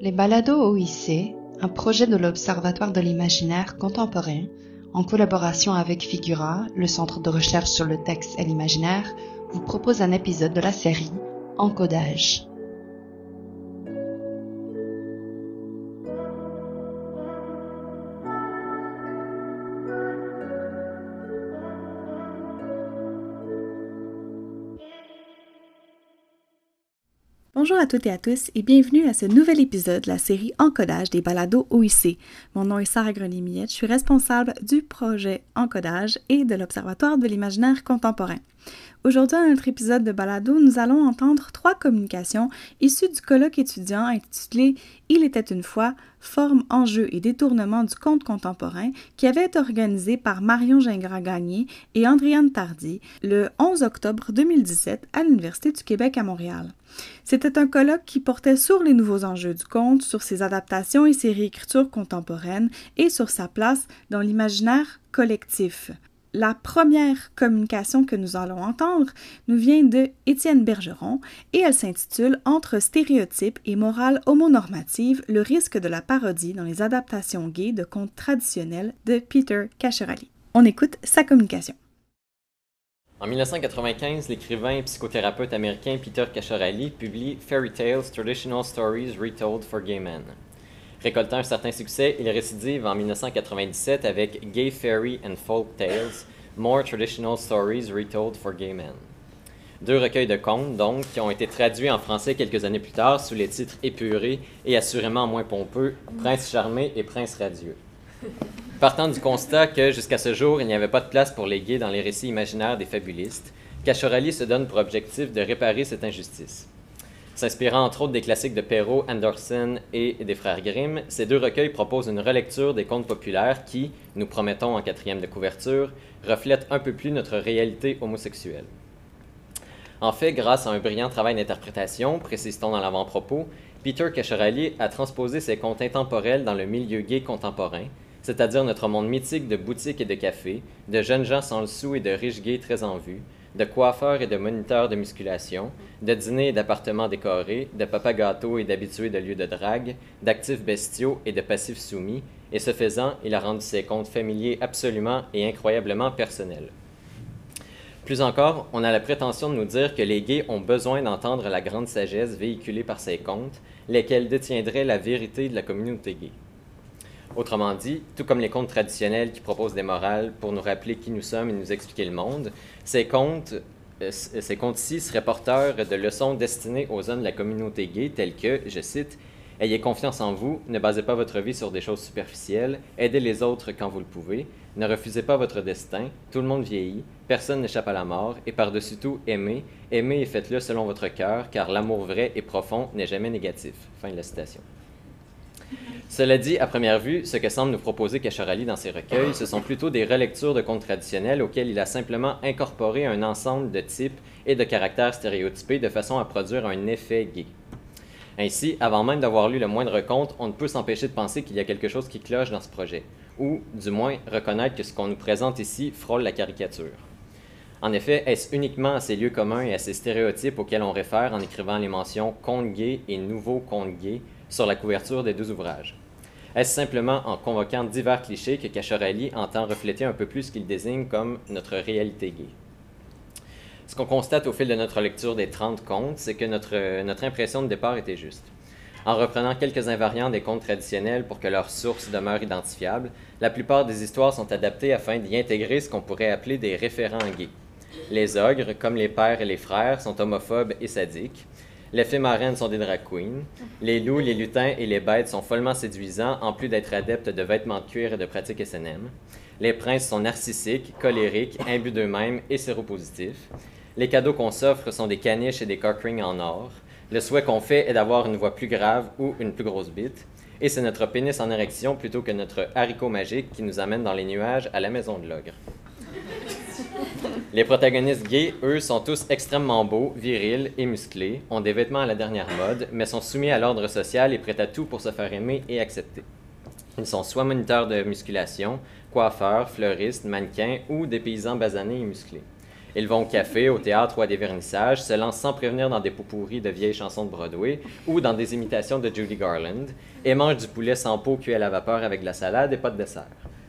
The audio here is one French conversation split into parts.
Les balados OIC, un projet de l'Observatoire de l'imaginaire contemporain, en collaboration avec Figura, le centre de recherche sur le texte et l'imaginaire, vous propose un épisode de la série Encodage. Bonjour à toutes et à tous et bienvenue à ce nouvel épisode de la série Encodage des balados OIC. Mon nom est Sarah Grenier-Millette, je suis responsable du projet Encodage et de l'Observatoire de l'imaginaire contemporain. Aujourd'hui, dans notre épisode de balado, nous allons entendre 3 communications issues du colloque étudiant intitulé « Il était une fois, forme, enjeux et détournement du conte contemporain » qui avait été organisé par Marion Gingras-Gagné et Andréane Tardy le 11 octobre 2017 à l'Université du Québec à Montréal. C'était un colloque qui portait sur les nouveaux enjeux du conte, sur ses adaptations et ses réécritures contemporaines et sur sa place dans l'imaginaire collectif. La première communication que nous allons entendre nous vient de Étienne Bergeron et elle s'intitule « Entre stéréotypes et morale homonormative, le risque de la parodie dans les adaptations gays de contes traditionnels » de Peter Cacherali. On écoute sa communication. En 1995, l'écrivain et psychothérapeute américain Peter Cacherali publie Fairy Tales, Traditional Stories Retold for Gay Men. Récoltant un certain succès, il récidive en 1997 avec Gay Fairy and Folk Tales, More Traditional Stories Retold for Gay Men. 2 recueils de contes, donc, qui ont été traduits en français quelques années plus tard sous les titres épurés et assurément moins pompeux, Prince charmé et Prince radieux. Partant du constat que, jusqu'à ce jour, il n'y avait pas de place pour les gays dans les récits imaginaires des fabulistes, Cacherali se donne pour objectif de réparer cette injustice. S'inspirant entre autres des classiques de Perrault, Andersen et des frères Grimm, ces 2 recueils proposent une relecture des contes populaires qui, nous promettons en 4e de couverture, reflètent un peu plus notre réalité homosexuelle. En fait, grâce à un brillant travail d'interprétation, précise-t-on dans l'avant-propos, Peter Cacherali a transposé ces contes intemporels dans le milieu gay contemporain, c'est-à-dire notre monde mythique de boutiques et de cafés, de jeunes gens sans le sou et de riches gays très en vue, de coiffeurs et de moniteurs de musculation, de dîners et d'appartements décorés, de papas gâteaux et d'habitués de lieux de drague, d'actifs bestiaux et de passifs soumis, et ce faisant, il a rendu ses contes familiers absolument et incroyablement personnels. Plus encore, on a la prétention de nous dire que les gays ont besoin d'entendre la grande sagesse véhiculée par ces contes, lesquels détiendraient la vérité de la communauté gay. Autrement dit, tout comme les contes traditionnels qui proposent des morales pour nous rappeler qui nous sommes et nous expliquer le monde, ces contes-ci seraient porteurs de leçons destinées aux hommes de la communauté gay telles que, je cite, « Ayez confiance en vous, ne basez pas votre vie sur des choses superficielles, aidez les autres quand vous le pouvez, ne refusez pas votre destin, tout le monde vieillit, personne n'échappe à la mort, et par-dessus tout, aimez et faites-le selon votre cœur, car l'amour vrai et profond n'est jamais négatif. » Fin de la citation. Cela dit, à première vue, ce que semble nous proposer Cacherali dans ses recueils, ce sont plutôt des relectures de contes traditionnels auxquels il a simplement incorporé un ensemble de types et de caractères stéréotypés de façon à produire un effet gay. Ainsi, avant même d'avoir lu le moindre conte, on ne peut s'empêcher de penser qu'il y a quelque chose qui cloche dans ce projet, ou, du moins, reconnaître que ce qu'on nous présente ici frôle la caricature. En effet, est-ce uniquement à ces lieux communs et à ces stéréotypes auxquels on réfère en écrivant les mentions « conte gay » et « nouveau conte gay » sur la couverture des 2 ouvrages? Est-ce simplement en convoquant divers clichés que Cacherali entend refléter un peu plus ce qu'il désigne comme notre réalité gay? Ce qu'on constate au fil de notre lecture des 30 contes, c'est que notre impression de départ était juste. En reprenant quelques invariants des contes traditionnels pour que leur source demeure identifiable, la plupart des histoires sont adaptées afin d'y intégrer ce qu'on pourrait appeler des référents gays. Les ogres, comme les pères et les frères, sont homophobes et sadiques. Les fées marraines sont des drag queens. Les loups, les lutins et les bêtes sont follement séduisants, en plus d'être adeptes de vêtements de cuir et de pratiques S&M. Les princes sont narcissiques, colériques, imbus d'eux-mêmes et séropositifs. Les cadeaux qu'on s'offre sont des caniches et des cock rings en or. Le souhait qu'on fait est d'avoir une voix plus grave ou une plus grosse bite. Et c'est notre pénis en érection plutôt que notre haricot magique qui nous amène dans les nuages à la maison de l'ogre. Les protagonistes gays, eux, sont tous extrêmement beaux, virils et musclés, ont des vêtements à la dernière mode, mais sont soumis à l'ordre social et prêts à tout pour se faire aimer et accepter. Ils sont soit moniteurs de musculation, coiffeurs, fleuristes, mannequins ou des paysans basanés et musclés. Ils vont au café, au théâtre ou à des vernissages, se lancent sans prévenir dans des pot-pourris de vieilles chansons de Broadway ou dans des imitations de Judy Garland, et mangent du poulet sans peau cuit à la vapeur avec de la salade et pas de dessert.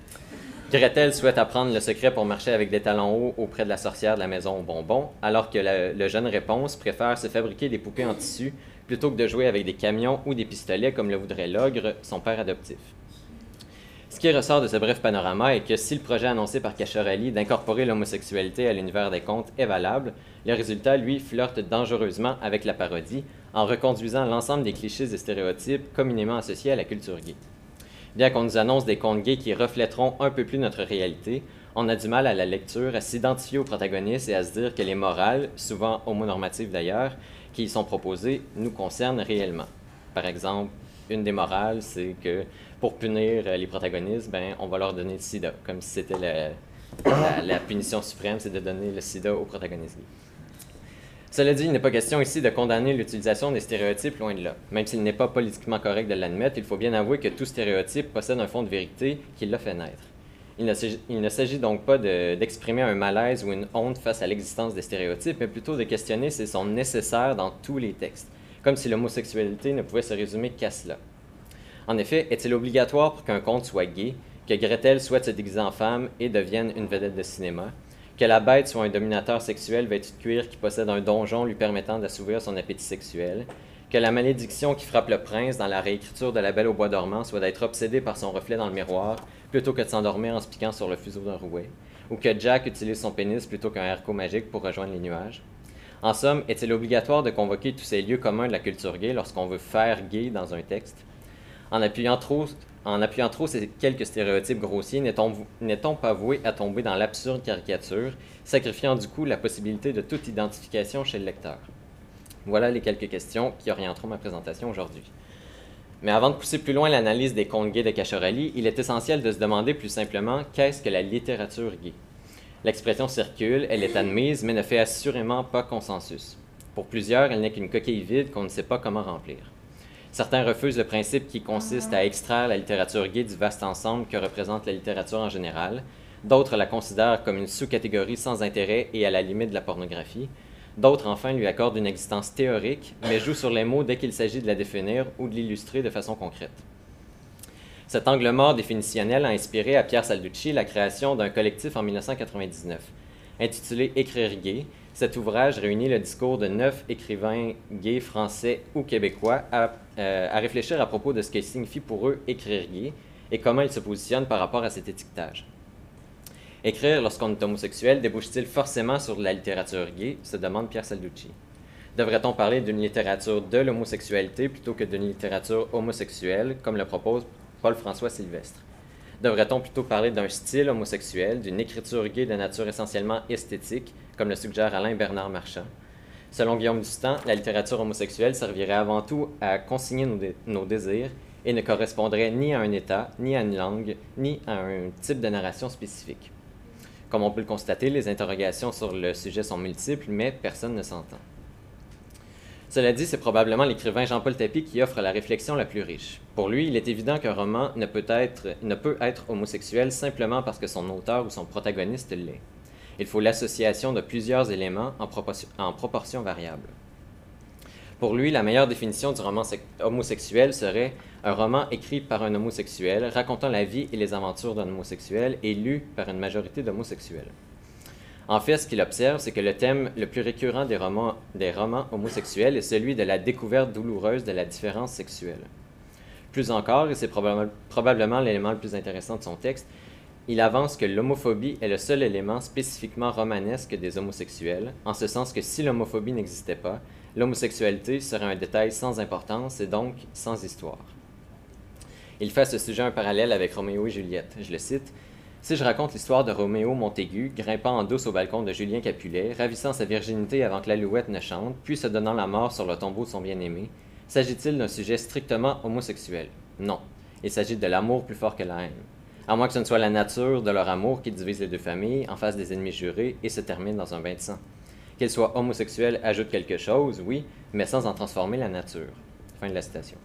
Gretel souhaite apprendre le secret pour marcher avec des talons hauts auprès de la sorcière de la maison aux bonbons, alors que le jeune Réponse préfère se fabriquer des poupées en tissu plutôt que de jouer avec des camions ou des pistolets comme le voudrait l'ogre, son père adoptif. Ce qui ressort de ce bref panorama est que si le projet annoncé par Cacciarelli d'incorporer l'homosexualité à l'univers des contes est valable, le résultat, lui, flirte dangereusement avec la parodie en reconduisant l'ensemble des clichés et stéréotypes communément associés à la culture gay. Bien qu'on nous annonce des contes gays qui reflèteront un peu plus notre réalité, on a du mal à la lecture à s'identifier aux protagonistes et à se dire que les morales, souvent homonormatives d'ailleurs, qui y sont proposées, nous concernent réellement. Par exemple, une des morales, c'est que pour punir les protagonistes, on va leur donner le sida, comme si c'était la punition suprême, c'est de donner le sida aux protagonistes gays. Cela dit, il n'est pas question ici de condamner l'utilisation des stéréotypes, loin de là. Même s'il n'est pas politiquement correct de l'admettre, il faut bien avouer que tout stéréotype possède un fond de vérité qui l'a fait naître. Il ne s'agit donc pas d'exprimer un malaise ou une honte face à l'existence des stéréotypes, mais plutôt de questionner s'ils sont nécessaires dans tous les textes, comme si l'homosexualité ne pouvait se résumer qu'à cela. En effet, est-il obligatoire pour qu'un conte soit gay, que Gretel souhaite se déguiser en femme et devienne une vedette de cinéma, que la bête soit un dominateur sexuel vêtu de cuir qui possède un donjon lui permettant d'assouvir son appétit sexuel, que la malédiction qui frappe le prince dans la réécriture de La Belle au bois dormant soit d'être obsédé par son reflet dans le miroir plutôt que de s'endormir en se piquant sur le fuseau d'un rouet, ou que Jack utilise son pénis plutôt qu'un haricot magique pour rejoindre les nuages. En somme, est-il obligatoire de convoquer tous ces lieux communs de la culture gay lorsqu'on veut faire gay dans un texte? En appuyant trop ces quelques stéréotypes grossiers, n'est-on pas voué à tomber dans l'absurde caricature, sacrifiant du coup la possibilité de toute identification chez le lecteur? Voilà les quelques questions qui orienteront ma présentation aujourd'hui. Mais avant de pousser plus loin l'analyse des contes gays de Cacciarelli, il est essentiel de se demander plus simplement qu'est-ce que la littérature gay. L'expression circule, elle est admise, mais ne fait assurément pas consensus. Pour plusieurs, elle n'est qu'une coquille vide qu'on ne sait pas comment remplir. Certains refusent le principe qui consiste à extraire la littérature gay du vaste ensemble que représente la littérature en général. D'autres la considèrent comme une sous-catégorie sans intérêt et à la limite de la pornographie. D'autres, enfin, lui accordent une existence théorique, mais jouent sur les mots dès qu'il s'agit de la définir ou de l'illustrer de façon concrète. Cet angle mort définitionnel a inspiré à Pierre Salducci la création d'un collectif en 1999. Intitulé « Écrire gay », cet ouvrage réunit le discours de 9 écrivains gays français ou québécois à réfléchir à propos de ce que signifie pour eux « écrire gay » et comment ils se positionnent par rapport à cet étiquetage. Écrire lorsqu'on est homosexuel débouche-t-il forcément sur de la littérature gay, se demande Pierre Salducci. Devrait-on parler d'une littérature de l'homosexualité plutôt que d'une littérature homosexuelle, comme le propose Paul-François Sylvestre? Devrait-on plutôt parler d'un style homosexuel, d'une écriture gay de nature essentiellement esthétique, comme le suggère Alain Bernard Marchand? Selon Guillaume Dustan, la littérature homosexuelle servirait avant tout à consigner nos désirs et ne correspondrait ni à un état, ni à une langue, ni à un type de narration spécifique. Comme on peut le constater, les interrogations sur le sujet sont multiples, mais personne ne s'entend. Cela dit, c'est probablement l'écrivain Jean-Paul Tapie qui offre la réflexion la plus riche. Pour lui, il est évident qu'un roman ne peut être homosexuel simplement parce que son auteur ou son protagoniste l'est. Il faut l'association de plusieurs éléments en proportion variable. Pour lui, la meilleure définition du roman homosexuel serait un roman écrit par un homosexuel, racontant la vie et les aventures d'un homosexuel et lu par une majorité d'homosexuels. En fait, ce qu'il observe, c'est que le thème le plus récurrent des romans homosexuels est celui de la découverte douloureuse de la différence sexuelle. Plus encore, et c'est probablement l'élément le plus intéressant de son texte, il avance que l'homophobie est le seul élément spécifiquement romanesque des homosexuels, en ce sens que si l'homophobie n'existait pas, l'homosexualité serait un détail sans importance et donc sans histoire. Il fait à ce sujet un parallèle avec Roméo et Juliette. Je le cite. « Si je raconte l'histoire de Roméo Montaigu, grimpant en douce au balcon de Julien Capulet, ravissant sa virginité avant que l'alouette ne chante, puis se donnant la mort sur le tombeau de son bien-aimé, s'agit-il d'un sujet strictement homosexuel? Non. Il s'agit de l'amour plus fort que la haine. À moins que ce ne soit la nature de leur amour qui divise les deux familles, en face des ennemis jurés, et se termine dans un bain de sang. Qu'il soit homosexuel ajoute quelque chose, oui, mais sans en transformer la nature. » Fin de la citation.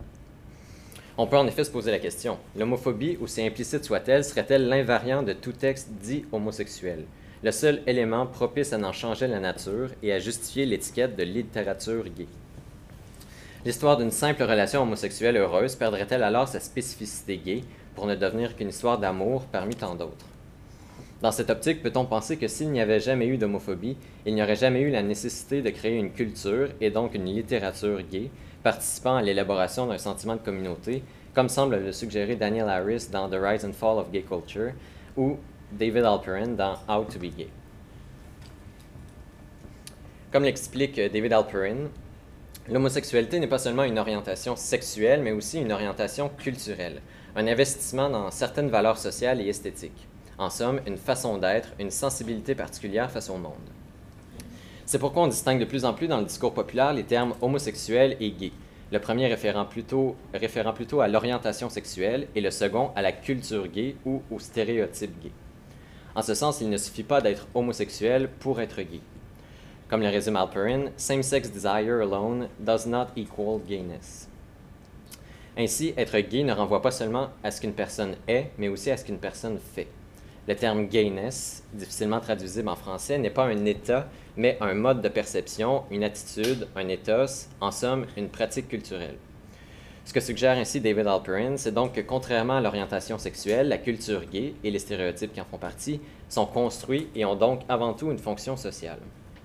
On peut en effet se poser la question, l'homophobie, aussi implicite soit-elle, serait-elle l'invariant de tout texte dit homosexuel? le seul élément propice à en changer la nature et à justifier l'étiquette de littérature gay. L'histoire d'une simple relation homosexuelle heureuse perdrait-elle alors sa spécificité gay pour ne devenir qu'une histoire d'amour parmi tant d'autres? Dans cette optique, peut-on penser que s'il n'y avait jamais eu d'homophobie, il n'y aurait jamais eu la nécessité de créer une culture et donc une littérature gay, participant à l'élaboration d'un sentiment de communauté, comme semble le suggérer Daniel Harris dans The Rise and Fall of Gay Culture ou David Alperin dans How to be Gay. Comme l'explique David Alperin, l'homosexualité n'est pas seulement une orientation sexuelle, mais aussi une orientation culturelle, un investissement dans certaines valeurs sociales et esthétiques. En somme, une façon d'être, une sensibilité particulière face au monde. C'est pourquoi on distingue de plus en plus dans le discours populaire les termes homosexuel et gay, le premier référant plutôt à l'orientation sexuelle et le second à la culture gay ou au stéréotype gay. En ce sens, il ne suffit pas d'être homosexuel pour être gay. Comme le résume Alperin, same-sex desire alone does not equal gayness. Ainsi, être gay ne renvoie pas seulement à ce qu'une personne est, mais aussi à ce qu'une personne fait. Le terme gayness, difficilement traduisible en français, n'est pas un état, mais un mode de perception, une attitude, un ethos, en somme, une pratique culturelle. Ce que suggère ainsi David Alperin, c'est donc que contrairement à l'orientation sexuelle, la culture gay et les stéréotypes qui en font partie sont construits et ont donc avant tout une fonction sociale.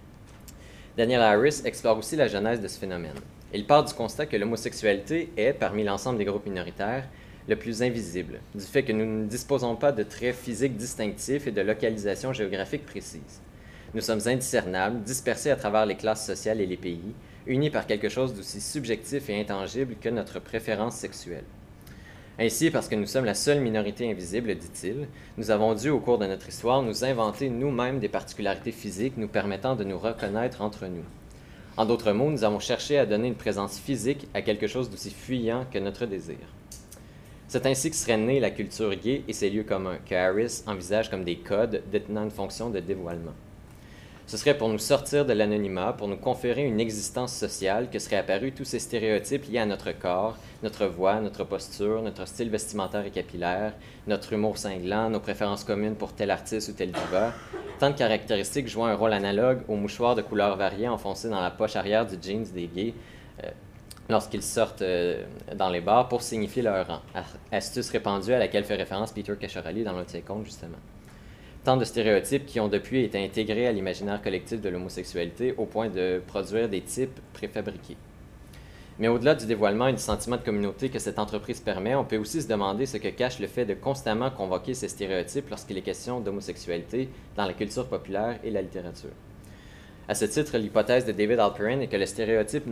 Daniel Harris explore aussi la genèse de ce phénomène. Il part du constat que l'homosexualité est, parmi l'ensemble des groupes minoritaires, le plus invisible, du fait que nous ne disposons pas de traits physiques distinctifs et de localisation géographique précise. Nous sommes indiscernables, dispersés à travers les classes sociales et les pays, unis par quelque chose d'aussi subjectif et intangible que notre préférence sexuelle. Ainsi, parce que nous sommes la seule minorité invisible, dit-il, nous avons dû, au cours de notre histoire, nous inventer nous-mêmes des particularités physiques nous permettant de nous reconnaître entre nous. En d'autres mots, nous avons cherché à donner une présence physique à quelque chose d'aussi fuyant que notre désir. C'est ainsi que serait née la culture gay et ses lieux communs, que Harris envisage comme des codes détenant une fonction de dévoilement. Ce serait pour nous sortir de l'anonymat, pour nous conférer une existence sociale que seraient apparus tous ces stéréotypes liés à notre corps, notre voix, notre posture, notre style vestimentaire et capillaire, notre humour cinglant, nos préférences communes pour tel artiste ou tel diva, tant de caractéristiques jouant un rôle analogue aux mouchoirs de couleurs variées enfoncés dans la poche arrière du jeans des gays lorsqu'ils sortent dans les bars pour signifier leur rang. Astuce répandue à laquelle fait référence Peter Cacciarelli dans l'un de ses contes, justement. Tant de stéréotypes qui ont depuis été intégrés à l'imaginaire collectif de l'homosexualité au point de produire des types préfabriqués. Mais au-delà du dévoilement et du sentiment de communauté que cette entreprise permet, on peut aussi se demander ce que cache le fait de constamment convoquer ces stéréotypes lorsqu'il est question d'homosexualité dans la culture populaire et la littérature. À ce titre, l'hypothèse de David Alperin est que le stéréotype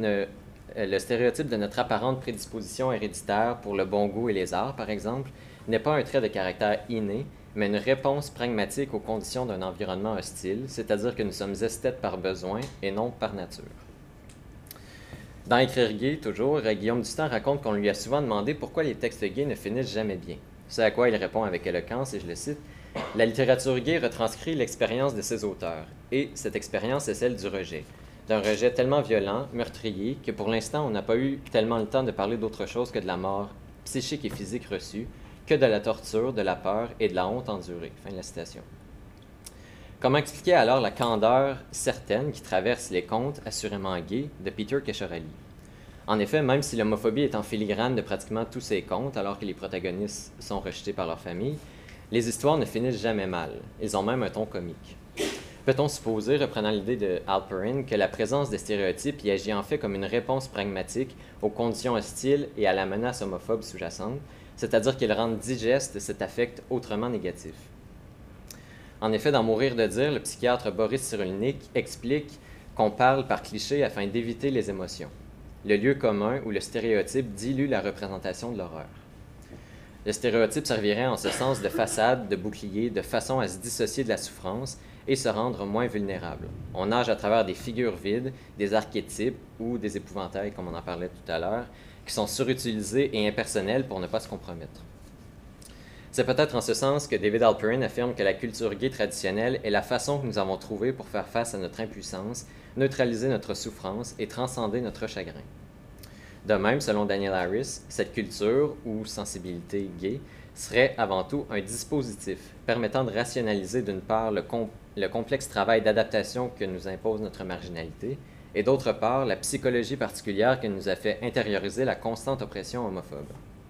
de notre apparente prédisposition héréditaire pour le bon goût et les arts, par exemple, n'est pas un trait de caractère inné, mais une réponse pragmatique aux conditions d'un environnement hostile, c'est-à-dire que nous sommes esthètes par besoin et non par nature. Dans Écrire gay, toujours, Guillaume Dustan raconte qu'on lui a souvent demandé pourquoi les textes gays ne finissent jamais bien. Ce à quoi il répond avec éloquence, et je le cite, « La littérature gay retranscrit l'expérience de ses auteurs, et cette expérience est celle du rejet. D'un rejet tellement violent, meurtrier, que pour l'instant on n'a pas eu tellement le temps de parler d'autre chose que de la mort psychique et physique reçue, que de la torture, de la peur et de la honte endurée. » Fin de la citation. Comment expliquer alors la candeur certaine qui traverse les contes assurément gays de Peter Cacciarelli? En effet, même si l'homophobie est en filigrane de pratiquement tous ces contes, alors que les protagonistes sont rejetés par leur famille, les histoires ne finissent jamais mal. Ils ont même un ton comique. Peut-on supposer, reprenant l'idée de Alperin, que la présence des stéréotypes y agit en fait comme une réponse pragmatique aux conditions hostiles et à la menace homophobe sous-jacente, c'est-à-dire qu'ils rendent digeste cet affect autrement négatif? En effet, dans Mourir de dire, le psychiatre Boris Cyrulnik explique qu'on parle par cliché afin d'éviter les émotions. Le lieu commun ou le stéréotype dilue la représentation de l'horreur. Le stéréotype servirait en ce sens de façade, de bouclier, de façon à se dissocier de la souffrance et se rendre moins vulnérable. On nage à travers des figures vides, des archétypes ou des épouvantails, comme on en parlait tout à l'heure, qui sont surutilisés et impersonnels pour ne pas se compromettre. C'est peut-être en ce sens que David Alperin affirme que la culture gay traditionnelle est la façon que nous avons trouvée pour faire face à notre impuissance, neutraliser notre souffrance et transcender notre chagrin. De même, selon Daniel Harris, cette culture, ou sensibilité gay, serait avant tout un dispositif permettant de rationaliser d'une part le complexe travail d'adaptation que nous impose notre marginalité, et d'autre part, la psychologie particulière qui nous a fait intérioriser la constante oppression homophobe.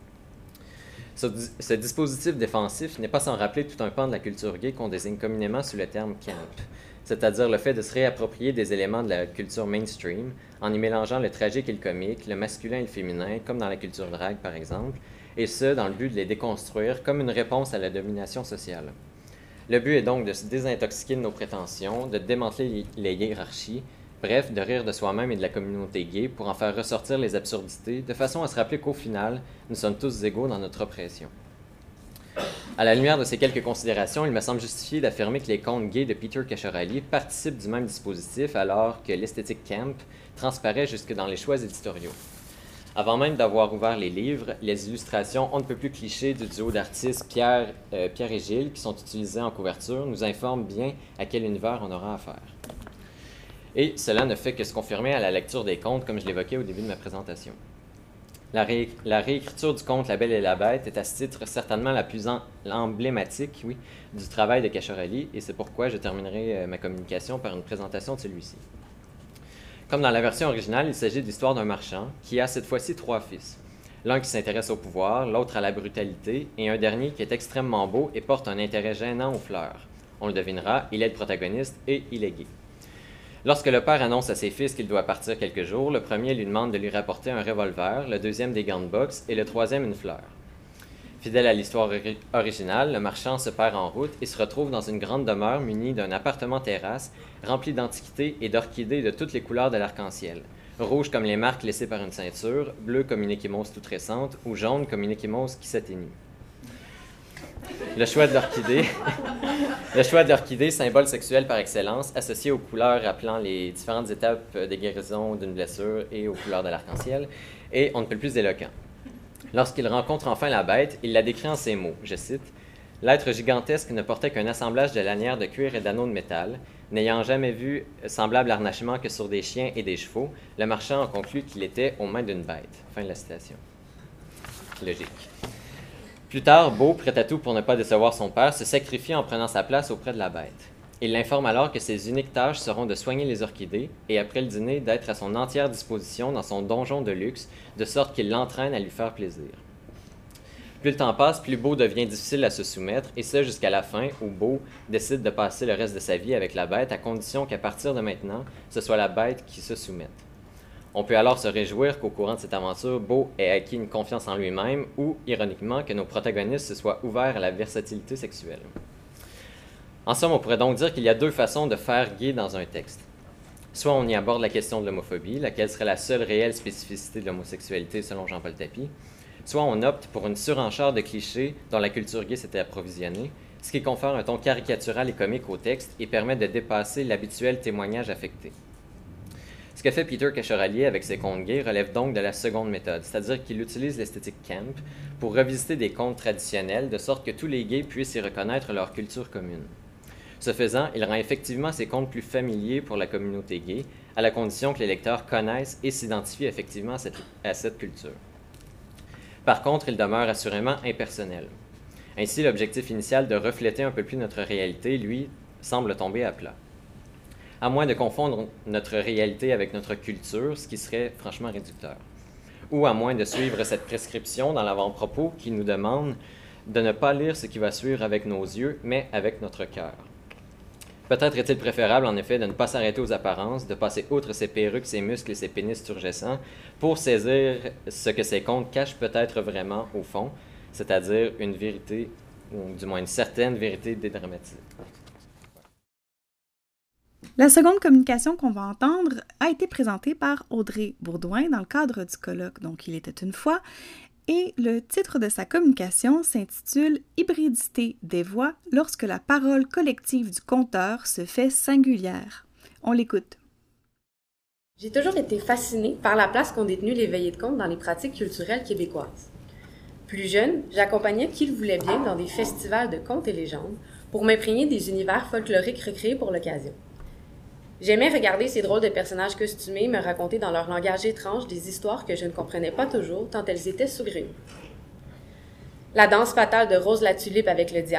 Ce dispositif défensif n'est pas sans rappeler tout un pan de la culture gay qu'on désigne communément sous le terme « camp », c'est-à-dire le fait de se réapproprier des éléments de la culture mainstream en y mélangeant le tragique et le comique, le masculin et le féminin, comme dans la culture drague par exemple, et ce, dans le but de les déconstruire comme une réponse à la domination sociale. Le but est donc de se désintoxiquer de nos prétentions, de démanteler les hiérarchies, bref, de rire de soi-même et de la communauté gay pour en faire ressortir les absurdités, de façon à se rappeler qu'au final, nous sommes tous égaux dans notre oppression. À la lumière de ces quelques considérations, il me semble justifié d'affirmer que les contes gays de Peter Casciarelli participent du même dispositif alors que l'esthétique camp transparaît jusque dans les choix éditoriaux. Avant même d'avoir ouvert les livres, les illustrations on ne peut plus clichés du duo d'artistes Pierre et Gilles qui sont utilisés en couverture nous informent bien à quel univers on aura affaire. Et cela ne fait que se confirmer à la lecture des contes comme je l'évoquais au début de ma présentation. La réécriture du conte La Belle et la Bête est à ce titre certainement la plus emblématique du travail de Casciarelli et c'est pourquoi je terminerai ma communication par une présentation de celui-ci. Comme dans la version originale, il s'agit de l'histoire d'un marchand qui a cette fois-ci 3 fils. L'un qui s'intéresse au pouvoir, l'autre à la brutalité et un dernier qui est extrêmement beau et porte un intérêt gênant aux fleurs. On le devinera, il est le protagoniste et il est gay. Lorsque le père annonce à ses fils qu'il doit partir quelques jours, le premier lui demande de lui rapporter un revolver, le deuxième des gants de boxe et le troisième une fleur. Fidèle à l'histoire originale, le marchand se perd en route et se retrouve dans une grande demeure munie d'un appartement-terrasse rempli d'antiquités et d'orchidées de toutes les couleurs de l'arc-en-ciel. Rouge comme les marques laissées par une ceinture, bleu comme une échymose toute récente ou jaune comme une échymose qui s'atténue. Le choix d'orchidée, symbole sexuel par excellence, associé aux couleurs rappelant les différentes étapes des guérisons d'une blessure et aux couleurs de l'arc-en-ciel, et on ne peut plus éloquent. Lorsqu'il rencontre enfin la bête, il la décrit en ces mots, je cite, « L'être gigantesque ne portait qu'un assemblage de lanières de cuir et d'anneaux de métal. N'ayant jamais vu semblable harnachement que sur des chiens et des chevaux, le marchand en conclut qu'il était aux mains d'une bête. » Fin de la citation. Logique. Plus tard, Beau, prêt à tout pour ne pas décevoir son père, se sacrifie en prenant sa place auprès de la bête. Il l'informe alors que ses uniques tâches seront de soigner les orchidées et, après le dîner, d'être à son entière disposition dans son donjon de luxe, de sorte qu'il l'entraîne à lui faire plaisir. Plus le temps passe, plus Beau devient difficile à se soumettre, et ce jusqu'à la fin où Beau décide de passer le reste de sa vie avec la bête à condition qu'à partir de maintenant, ce soit la bête qui se soumette. On peut alors se réjouir qu'au courant de cette aventure, Beau ait acquis une confiance en lui-même ou, ironiquement, que nos protagonistes se soient ouverts à la versatilité sexuelle. En somme, on pourrait donc dire qu'il y a 2 façons de faire gay dans un texte. Soit on y aborde la question de l'homophobie, laquelle serait la seule réelle spécificité de l'homosexualité selon Jean-Paul Tapie, soit on opte pour une surenchère de clichés dont la culture gay s'était approvisionnée, ce qui confère un ton caricatural et comique au texte et permet de dépasser l'habituel témoignage affecté. Ce que fait Peter Casciarelli avec ses contes gays relève donc de la seconde méthode, c'est-à-dire qu'il utilise l'esthétique camp pour revisiter des contes traditionnels de sorte que tous les gays puissent y reconnaître leur culture commune. Ce faisant, il rend effectivement ces contes plus familiers pour la communauté gay, à la condition que les lecteurs connaissent et s'identifient effectivement à cette culture. Par contre, il demeure assurément impersonnel. Ainsi, l'objectif initial de refléter un peu plus notre réalité, lui, semble tomber à plat. À moins de confondre notre réalité avec notre culture, ce qui serait franchement réducteur. Ou à moins de suivre cette prescription dans l'avant-propos qui nous demande de ne pas lire ce qui va suivre avec nos yeux, mais avec notre cœur. Peut-être est-il préférable, en effet, de ne pas s'arrêter aux apparences, de passer outre ces perruques, ces muscles et ces pénis turgescents, pour saisir ce que ces contes cachent peut-être vraiment au fond, c'est-à-dire une vérité, ou du moins une certaine vérité dédramatisée. La seconde communication qu'on va entendre a été présentée par Audrey Bourdouin dans le cadre du colloque « Donc, il était une fois », et le titre de sa communication s'intitule « Hybridité des voix lorsque la parole collective du conteur se fait singulière ». On l'écoute. J'ai toujours été fascinée par la place qu'ont détenue les veillées de contes dans les pratiques culturelles québécoises. Plus jeune, j'accompagnais qui le voulait bien dans des festivals de contes et légendes pour m'imprégner des univers folkloriques recréés pour l'occasion. J'aimais regarder ces drôles de personnages costumés me raconter dans leur langage étrange des histoires que je ne comprenais pas toujours tant elles étaient saugrenues. La danse fatale de Rose la Tulipe avec le diable,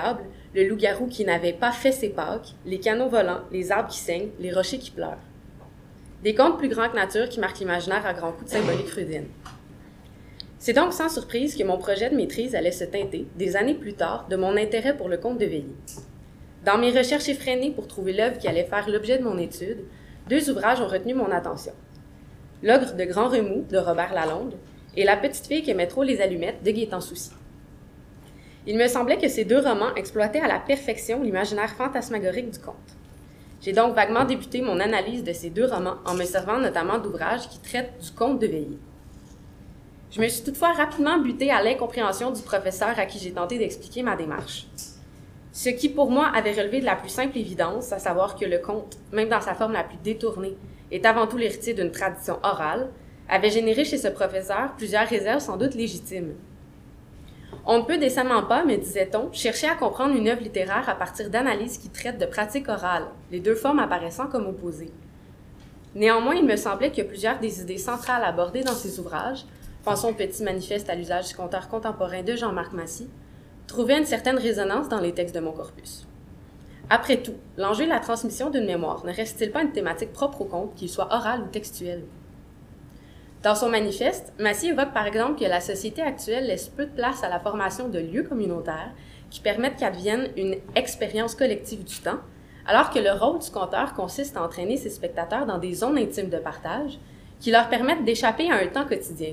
le loup-garou qui n'avait pas fait ses Pâques, les canaux volants, les arbres qui saignent, les rochers qui pleurent. Des contes plus grands que nature qui marquent l'imaginaire à grands coups de symbolique freudienne. C'est donc sans surprise que mon projet de maîtrise allait se teinter, des années plus tard, de mon intérêt pour le conte de veillée. Dans mes recherches effrénées pour trouver l'œuvre qui allait faire l'objet de mon étude, 2 ouvrages ont retenu mon attention. L'ogre de Grand Remous de Robert Lalonde et La petite fille qui aimait trop les allumettes de Gaétan Soucy. Il me semblait que ces 2 romans exploitaient à la perfection l'imaginaire fantasmagorique du conte. J'ai donc vaguement débuté mon analyse de ces 2 romans en me servant notamment d'ouvrages qui traitent du conte de veillée. Je me suis toutefois rapidement butée à l'incompréhension du professeur à qui j'ai tenté d'expliquer ma démarche. Ce qui, pour moi, avait relevé de la plus simple évidence, à savoir que le conte, même dans sa forme la plus détournée, est avant tout l'héritier d'une tradition orale, avait généré chez ce professeur plusieurs réserves sans doute légitimes. On ne peut décemment pas, me disait-on, chercher à comprendre une œuvre littéraire à partir d'analyses qui traitent de pratiques orales, les 2 formes apparaissant comme opposées. Néanmoins, il me semblait que plusieurs des idées centrales abordées dans ces ouvrages, pensons au petit manifeste à l'usage du conteur contemporain de Jean-Marc Massy, trouvaient une certaine résonance dans les textes de mon corpus. Après tout, l'enjeu de la transmission d'une mémoire ne reste-t-il pas une thématique propre au conte, qu'il soit oral ou textuel? Dans son manifeste, Massy évoque par exemple que la société actuelle laisse peu de place à la formation de lieux communautaires qui permettent qu'advienne une expérience collective du temps, alors que le rôle du conteur consiste à entraîner ses spectateurs dans des zones intimes de partage qui leur permettent d'échapper à un temps quotidien.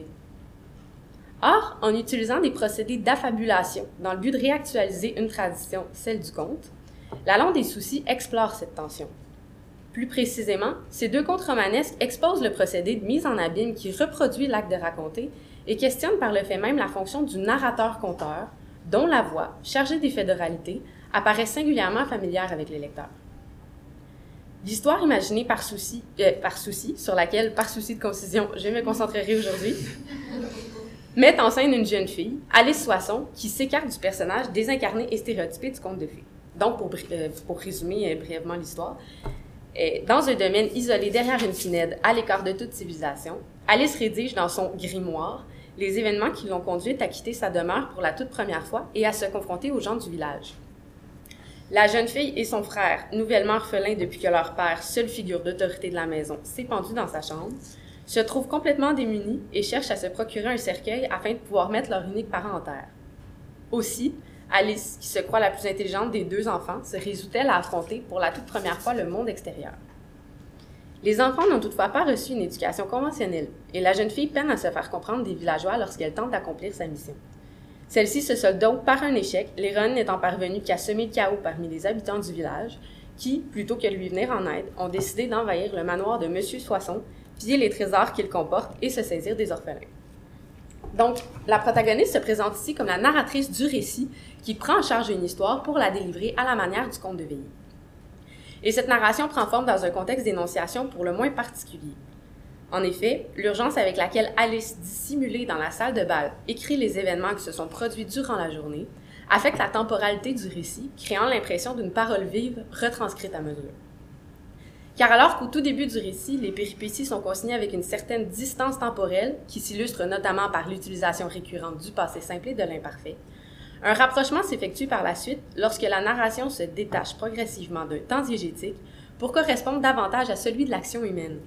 Or, en utilisant des procédés d'affabulation dans le but de réactualiser une tradition, celle du conte, Lalonde et Soucy explore cette tension. Plus précisément, ces 2 contes romanesques exposent le procédé de mise en abîme qui reproduit l'acte de raconter et questionne par le fait même la fonction du narrateur-conteur, dont la voix, chargée d'effets d'oralité, apparaît singulièrement familière avec les lecteurs. L'histoire imaginée par Soucy, sur laquelle, par souci de concision, je me concentrerai aujourd'hui, met en scène une jeune fille, Alice Soisson, qui s'écarte du personnage désincarné et stéréotypé du conte de fées. Donc, pour résumer brièvement l'histoire, dans un domaine isolé derrière une pinède, à l'écart de toute civilisation, Alice rédige dans son grimoire les événements qui l'ont conduite à quitter sa demeure pour la toute première fois et à se confronter aux gens du village. La jeune fille et son frère, nouvellement orphelins depuis que leur père, seule figure d'autorité de la maison, s'est pendu dans sa chambre, se trouvent complètement démunis et cherchent à se procurer un cercueil afin de pouvoir mettre leur unique parent en terre. Aussi, Alice, qui se croit la plus intelligente des 2 enfants, se résout-elle à affronter pour la toute première fois le monde extérieur. Les enfants n'ont toutefois pas reçu une éducation conventionnelle, et la jeune fille peine à se faire comprendre des villageois lorsqu'elle tente d'accomplir sa mission. Celle-ci se solde donc par un échec, l'héroïne n'étant parvenue qu'à semer le chaos parmi les habitants du village, qui, plutôt que de lui venir en aide, ont décidé d'envahir le manoir de Monsieur Soisson, piller les trésors qu'il comporte et se saisir des orphelins. Donc, la protagoniste se présente ici comme la narratrice du récit qui prend en charge une histoire pour la délivrer à la manière du conte de veillée. Et cette narration prend forme dans un contexte d'énonciation pour le moins particulier. En effet, l'urgence avec laquelle Alice, dissimulée dans la salle de bal, écrit les événements qui se sont produits durant la journée, affecte la temporalité du récit, créant l'impression d'une parole vive retranscrite à mesure. Car alors qu'au tout début du récit, les péripéties sont consignées avec une certaine distance temporelle, qui s'illustre notamment par l'utilisation récurrente du passé simple et de l'imparfait, un rapprochement s'effectue par la suite lorsque la narration se détache progressivement d'un temps diégétique pour correspondre davantage à celui de l'action humaine.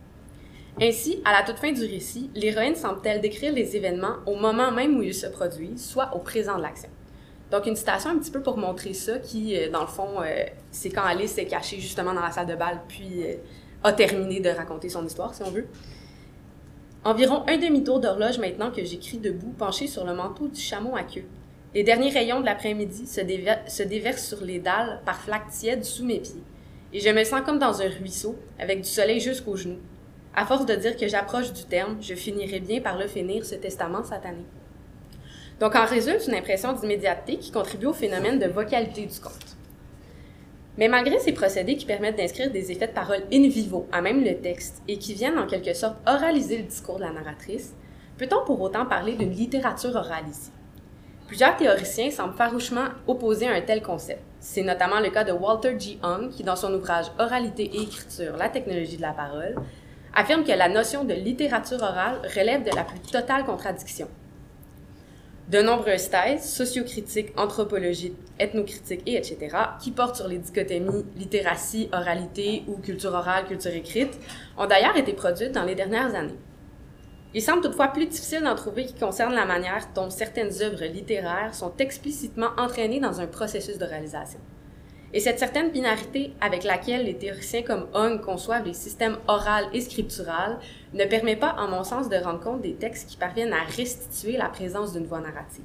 Ainsi, à la toute fin du récit, l'héroïne semble-t-elle décrire les événements au moment même où ils se produisent, soit au présent de l'action. Donc, une citation un petit peu pour montrer ça, qui, dans le fond, c'est quand Alice s'est cachée justement dans la salle de bal, puis a terminé de raconter son histoire, si on veut. Environ un demi-tour d'horloge maintenant que j'écris debout, penché sur le manteau du chameau à queue. Les derniers rayons de l'après-midi se déversent sur les dalles par flaques tièdes sous mes pieds, et je me sens comme dans un ruisseau, avec du soleil jusqu'aux genoux. À force de dire que j'approche du terme, je finirai bien par le finir, ce testament satané. Donc, en résulte une impression d'immédiateté qui contribue au phénomène de vocalité du conte. Mais malgré ces procédés qui permettent d'inscrire des effets de parole in vivo à même le texte et qui viennent en quelque sorte oraliser le discours de la narratrice, peut-on pour autant parler d'une littérature orale ici? Plusieurs théoriciens semblent farouchement opposer à un tel concept. C'est notamment le cas de Walter G. Hung qui, dans son ouvrage Oralité et écriture, la technologie de la parole, affirme que la notion de littérature orale relève de la plus totale contradiction. De nombreuses thèses, sociocritiques, anthropologiques, ethnocritiques et etc., qui portent sur les dichotomies littératie, oralité ou culture orale, culture écrite, ont d'ailleurs été produites dans les dernières années. Il semble toutefois plus difficile d'en trouver qui concernent la manière dont certaines œuvres littéraires sont explicitement entraînées dans un processus d'oralisation. Et cette certaine binarité avec laquelle les théoriciens comme Hong conçoivent les systèmes oral et scriptural ne permet pas, en mon sens, de rendre compte des textes qui parviennent à restituer la présence d'une voix narrative.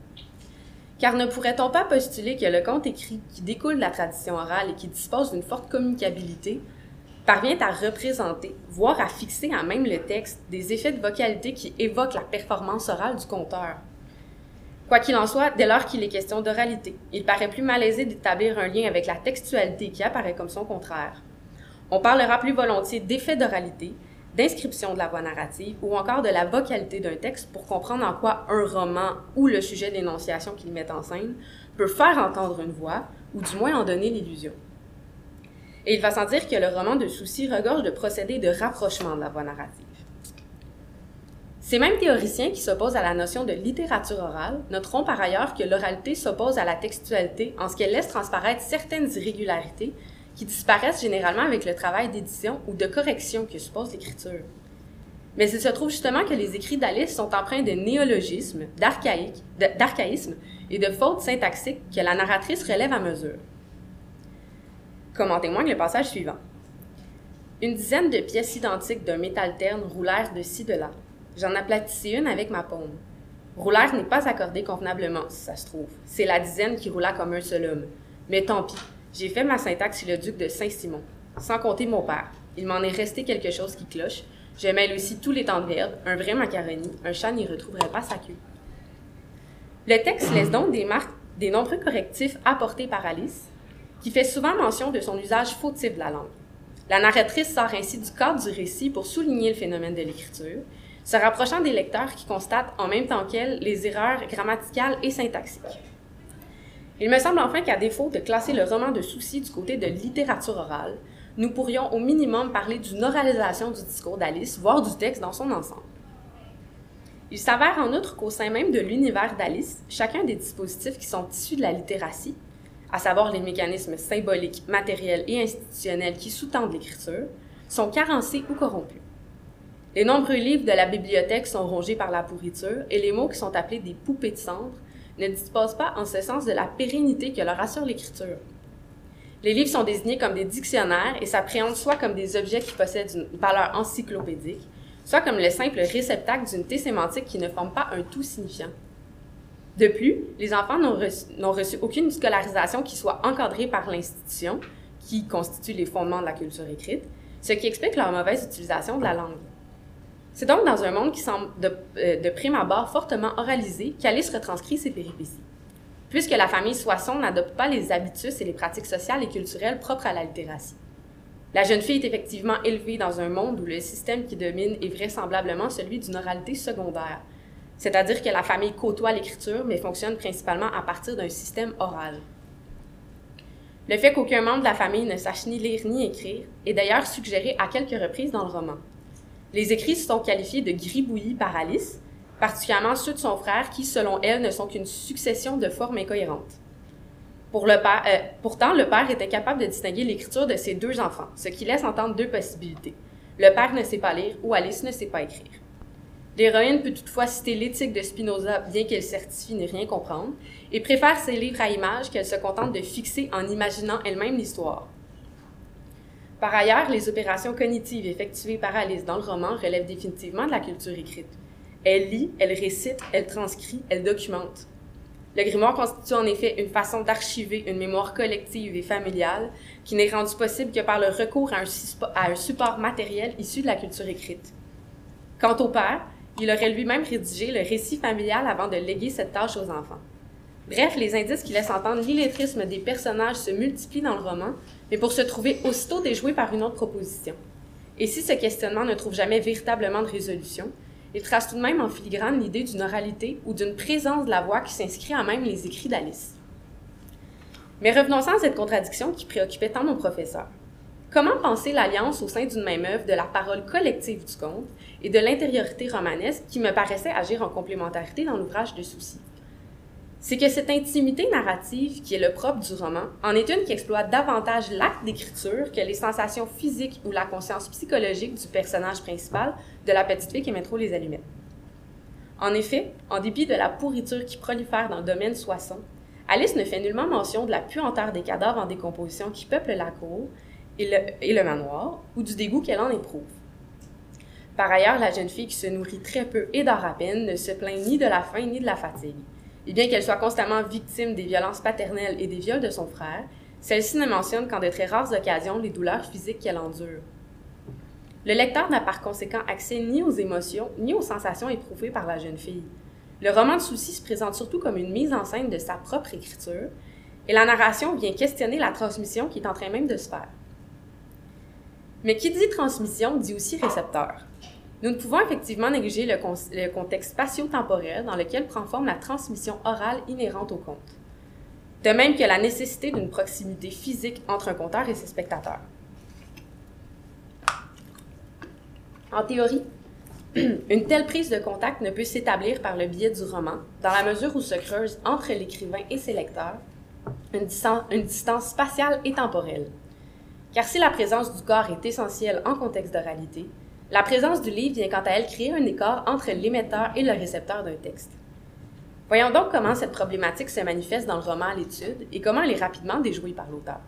Car ne pourrait-on pas postuler que le conte écrit, qui découle de la tradition orale et qui dispose d'une forte communicabilité, parvient à représenter, voire à fixer à même le texte, des effets de vocalité qui évoquent la performance orale du conteur? Quoi qu'il en soit, dès lors qu'il est question d'oralité, il paraît plus malaisé d'établir un lien avec la textualité qui apparaît comme son contraire. On parlera plus volontiers d'effet d'oralité, d'inscription de la voix narrative ou encore de la vocalité d'un texte pour comprendre en quoi un roman ou le sujet d'énonciation qu'il met en scène peut faire entendre une voix ou du moins en donner l'illusion. Et il va sans dire que le roman de Soucy regorge de procédés de rapprochement de la voix narrative. Ces mêmes théoriciens qui s'opposent à la notion de littérature orale noteront par ailleurs que l'oralité s'oppose à la textualité en ce qu'elle laisse transparaître certaines irrégularités qui disparaissent généralement avec le travail d'édition ou de correction que suppose l'écriture. Mais il se trouve justement que les écrits d'Alice sont empreints de néologismes, d'archaïsmes et de fautes syntaxiques que la narratrice relève à mesure. Comme en témoigne le passage suivant. Une dizaine de pièces identiques d'un métal terne roulèrent de ci de là. J'en aplatissai une avec ma paume. Roulère n'est pas accordé convenablement, si ça se trouve. C'est la dizaine qui roula comme un seul homme. Mais tant pis, j'ai fait ma syntaxe sur le duc de Saint-Simon. Sans compter mon père. Il m'en est resté quelque chose qui cloche. Je mêle aussi tous les temps de verbe, un vrai macaroni, un chat n'y retrouverait pas sa queue. Le texte laisse donc des marques des nombreux correctifs apportés par Alice, qui fait souvent mention de son usage fautif de la langue. La narratrice sort ainsi du cadre du récit pour souligner le phénomène de l'écriture, se rapprochant des lecteurs qui constatent en même temps qu'elle les erreurs grammaticales et syntaxiques. Il me semble enfin qu'à défaut de classer le roman de Soucy du côté de littérature orale, nous pourrions au minimum parler d'une oralisation du discours d'Alice, voire du texte dans son ensemble. Il s'avère en outre qu'au sein même de l'univers d'Alice, chacun des dispositifs qui sont issus de la littératie, à savoir les mécanismes symboliques, matériels et institutionnels qui sous-tendent l'écriture, sont carencés ou corrompus. Les nombreux livres de la bibliothèque sont rongés par la pourriture et les mots qui sont appelés des poupées de cendre ne disposent pas en ce sens de la pérennité que leur assure l'écriture. Les livres sont désignés comme des dictionnaires et s'appréhendent soit comme des objets qui possèdent une valeur encyclopédique, soit comme le simple réceptacle d'unités sémantiques qui ne forment pas un tout signifiant. De plus, les enfants n'ont reçu aucune scolarisation qui soit encadrée par l'institution, qui constitue les fondements de la culture écrite, ce qui explique leur mauvaise utilisation de la langue. C'est donc dans un monde qui semble de prime abord fortement oralisé qu'Alice retranscrit ses péripéties. Puisque la famille Soisson n'adopte pas les habitus et les pratiques sociales et culturelles propres à la littératie. La jeune fille est effectivement élevée dans un monde où le système qui domine est vraisemblablement celui d'une oralité secondaire, c'est-à-dire que la famille côtoie l'écriture mais fonctionne principalement à partir d'un système oral. Le fait qu'aucun membre de la famille ne sache ni lire ni écrire est d'ailleurs suggéré à quelques reprises dans le roman. Les écrits sont qualifiés de gribouillis par Alice, particulièrement ceux de son frère qui, selon elle, ne sont qu'une succession de formes incohérentes. Pourtant, le père était capable de distinguer l'écriture de ses deux enfants, ce qui laisse entendre deux possibilités. Le père ne sait pas lire ou Alice ne sait pas écrire. L'héroïne peut toutefois citer l'éthique de Spinoza, bien qu'elle certifie ne rien comprendre, et préfère ses livres à images qu'elle se contente de fixer en imaginant elle-même l'histoire. Par ailleurs, les opérations cognitives effectuées par Alice dans le roman relèvent définitivement de la culture écrite. Elle lit, elle récite, elle transcrit, elle documente. Le grimoire constitue en effet une façon d'archiver une mémoire collective et familiale qui n'est rendue possible que par le recours à un support matériel issu de la culture écrite. Quant au père, il aurait lui-même rédigé le récit familial avant de léguer cette tâche aux enfants. Bref, les indices qui laissent entendre l'illettrisme des personnages se multiplient dans le roman, mais pour se trouver aussitôt déjoués par une autre proposition. Et si ce questionnement ne trouve jamais véritablement de résolution, il trace tout de même en filigrane l'idée d'une oralité ou d'une présence de la voix qui s'inscrit en même les écrits d'Alice. Mais revenons-en à cette contradiction qui préoccupait tant mon professeur. Comment penser l'alliance au sein d'une même œuvre de la parole collective du conte et de l'intériorité romanesque qui me paraissait agir en complémentarité dans l'ouvrage de Soucy? c'est que cette intimité narrative, qui est le propre du roman, en est une qui exploite davantage l'acte d'écriture que les sensations physiques ou la conscience psychologique du personnage principal de la petite fille qui aimait trop les allumettes. En effet, en dépit de la pourriture qui prolifère dans le domaine Soissons, Alice ne fait nullement mention de la puanteur des cadavres en décomposition qui peuplent la cour et le manoir, ou du dégoût qu'elle en éprouve. Par ailleurs, la jeune fille qui se nourrit très peu et dort à peine ne se plaint ni de la faim ni de la fatigue. Et bien qu'elle soit constamment victime des violences paternelles et des viols de son frère, celle-ci ne mentionne qu'en de très rares occasions les douleurs physiques qu'elle endure. Le lecteur n'a par conséquent accès ni aux émotions ni aux sensations éprouvées par la jeune fille. Le roman de Soucy se présente surtout comme une mise en scène de sa propre écriture, et la narration vient questionner la transmission qui est en train même de se faire. Mais qui dit transmission dit aussi récepteur. Nous ne pouvons effectivement négliger le contexte spatio-temporel dans lequel prend forme la transmission orale inhérente au conte. De même que la nécessité d'une proximité physique entre un conteur et ses spectateurs. En théorie, une telle prise de contact ne peut s'établir par le biais du roman, dans la mesure où se creuse entre l'écrivain et ses lecteurs une distance spatiale et temporelle. Car si la présence du corps est essentielle en contexte d'oralité, la présence du livre vient quant à elle créer un écart entre l'émetteur et le récepteur d'un texte. Voyons donc comment cette problématique se manifeste dans le roman à l'étude et comment elle est rapidement déjouée par l'auteur.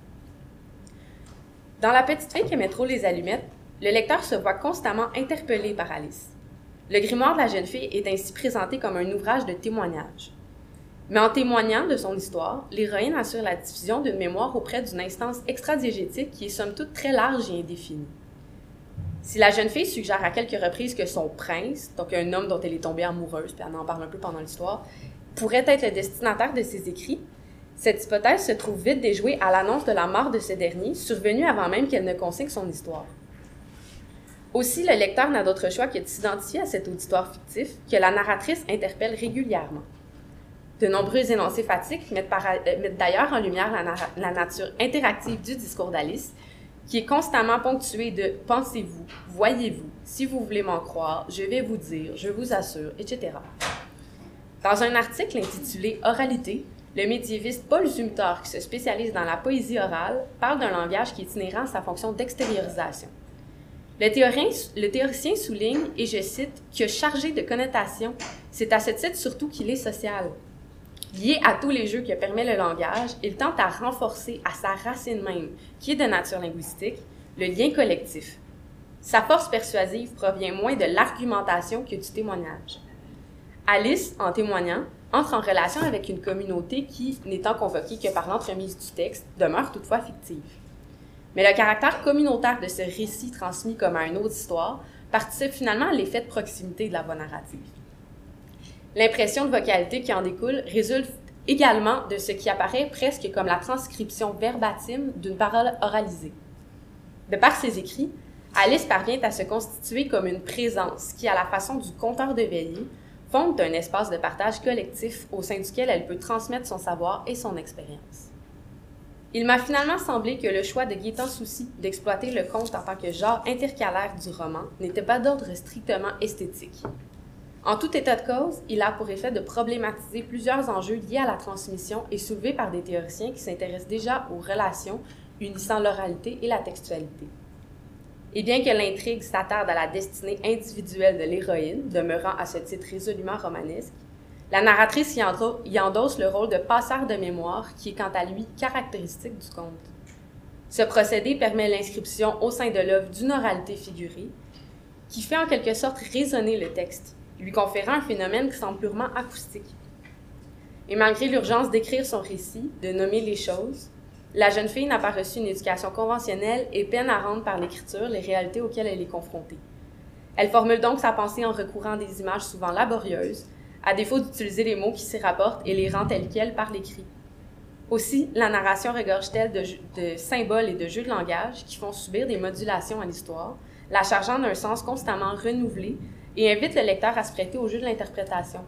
Dans La petite fille qui aimait trop les allumettes, le lecteur se voit constamment interpellé par Alice. Le grimoire de la jeune fille est ainsi présenté comme un ouvrage de témoignage. Mais en témoignant de son histoire, l'héroïne assure la diffusion d'une mémoire auprès d'une instance extradiégétique qui est somme toute très large et indéfinie. Si la jeune fille suggère à quelques reprises que son prince, donc un homme dont elle est tombée amoureuse, puis elle en parle un peu pendant l'histoire, pourrait être le destinataire de ses écrits, cette hypothèse se trouve vite déjouée à l'annonce de la mort de ce dernier, survenue avant même qu'elle ne consigne son histoire. Aussi, le lecteur n'a d'autre choix que de s'identifier à cet auditoire fictif que la narratrice interpelle régulièrement. De nombreux énoncés fatiques mettent d'ailleurs en lumière la nature interactive du discours d'Alice, qui est constamment ponctué de « pensez-vous »,« voyez-vous »,« si vous voulez m'en croire »,« je vais vous dire »,« je vous assure », etc. Dans un article intitulé « Oralité », le médiéviste Paul Zumthor, qui se spécialise dans la poésie orale, parle d'un langage qui est inhérent à sa fonction d'extériorisation. Le théoricien souligne, et je cite, que chargé de connotations, c'est à ce titre surtout qu'il est social. Lié à tous les jeux que permet le langage, il tente à renforcer à sa racine même, qui est de nature linguistique, le lien collectif. Sa force persuasive provient moins de l'argumentation que du témoignage. Alice, en témoignant, entre en relation avec une communauté qui, n'étant convoquée que par l'entremise du texte, demeure toutefois fictive. Mais le caractère communautaire de ce récit transmis comme à une autre histoire participe finalement à l'effet de proximité de la voix narrative. L'impression de vocalité qui en découle résulte également de ce qui apparaît presque comme la transcription verbatim d'une parole oralisée. De par ses écrits, Alice parvient à se constituer comme une présence qui, à la façon du conteur de veillée, fonde un espace de partage collectif au sein duquel elle peut transmettre son savoir et son expérience. Il m'a finalement semblé que le choix de Gaétan Soucy d'exploiter le conte en tant que genre intercalaire du roman n'était pas d'ordre strictement esthétique. En tout état de cause, il a pour effet de problématiser plusieurs enjeux liés à la transmission et soulevés par des théoriciens qui s'intéressent déjà aux relations unissant l'oralité et la textualité. Et bien que l'intrigue s'attarde à la destinée individuelle de l'héroïne, demeurant à ce titre résolument romanesque, la narratrice y endosse le rôle de passeur de mémoire qui est quant à lui caractéristique du conte. Ce procédé permet l'inscription au sein de l'œuvre d'une oralité figurée qui fait en quelque sorte résonner le texte, lui conférant un phénomène qui semble purement acoustique. Et malgré l'urgence d'écrire son récit, de nommer les choses, la jeune fille n'a pas reçu une éducation conventionnelle et peine à rendre par l'écriture les réalités auxquelles elle est confrontée. Elle formule donc sa pensée en recourant à des images souvent laborieuses, à défaut d'utiliser les mots qui s'y rapportent et les rend tels quels par l'écrit. Aussi, la narration regorge-t-elle de symboles et de jeux de langage qui font subir des modulations à l'histoire, la chargeant d'un sens constamment renouvelé et invite le lecteur à se prêter au jeu de l'interprétation.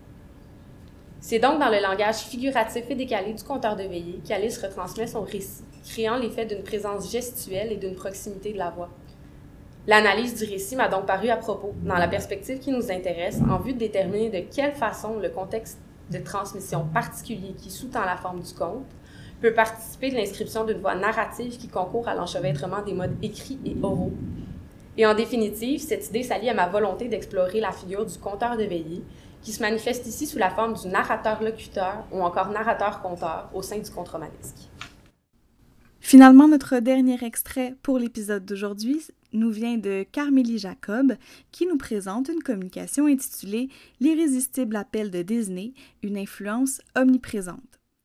C'est donc dans le langage figuratif et décalé du conteur de veillée qu'Alice retransmet son récit, créant l'effet d'une présence gestuelle et d'une proximité de la voix. L'analyse du récit m'a donc paru à propos, dans la perspective qui nous intéresse, en vue de déterminer de quelle façon le contexte de transmission particulier qui sous-tend la forme du conte, peut participer de l'inscription d'une voie narrative qui concourt à l'enchevêtrement des modes écrits et oraux. Et en définitive, cette idée s'allie à ma volonté d'explorer la figure du conteur de veillée, qui se manifeste ici sous la forme du narrateur-locuteur ou encore narrateur-conteur au sein du conte romanesque. Finalement, notre dernier extrait pour l'épisode d'aujourd'hui nous vient de Carmélie Jacob, qui nous présente une communication intitulée « L'irrésistible appel de Disney, une influence omniprésente ».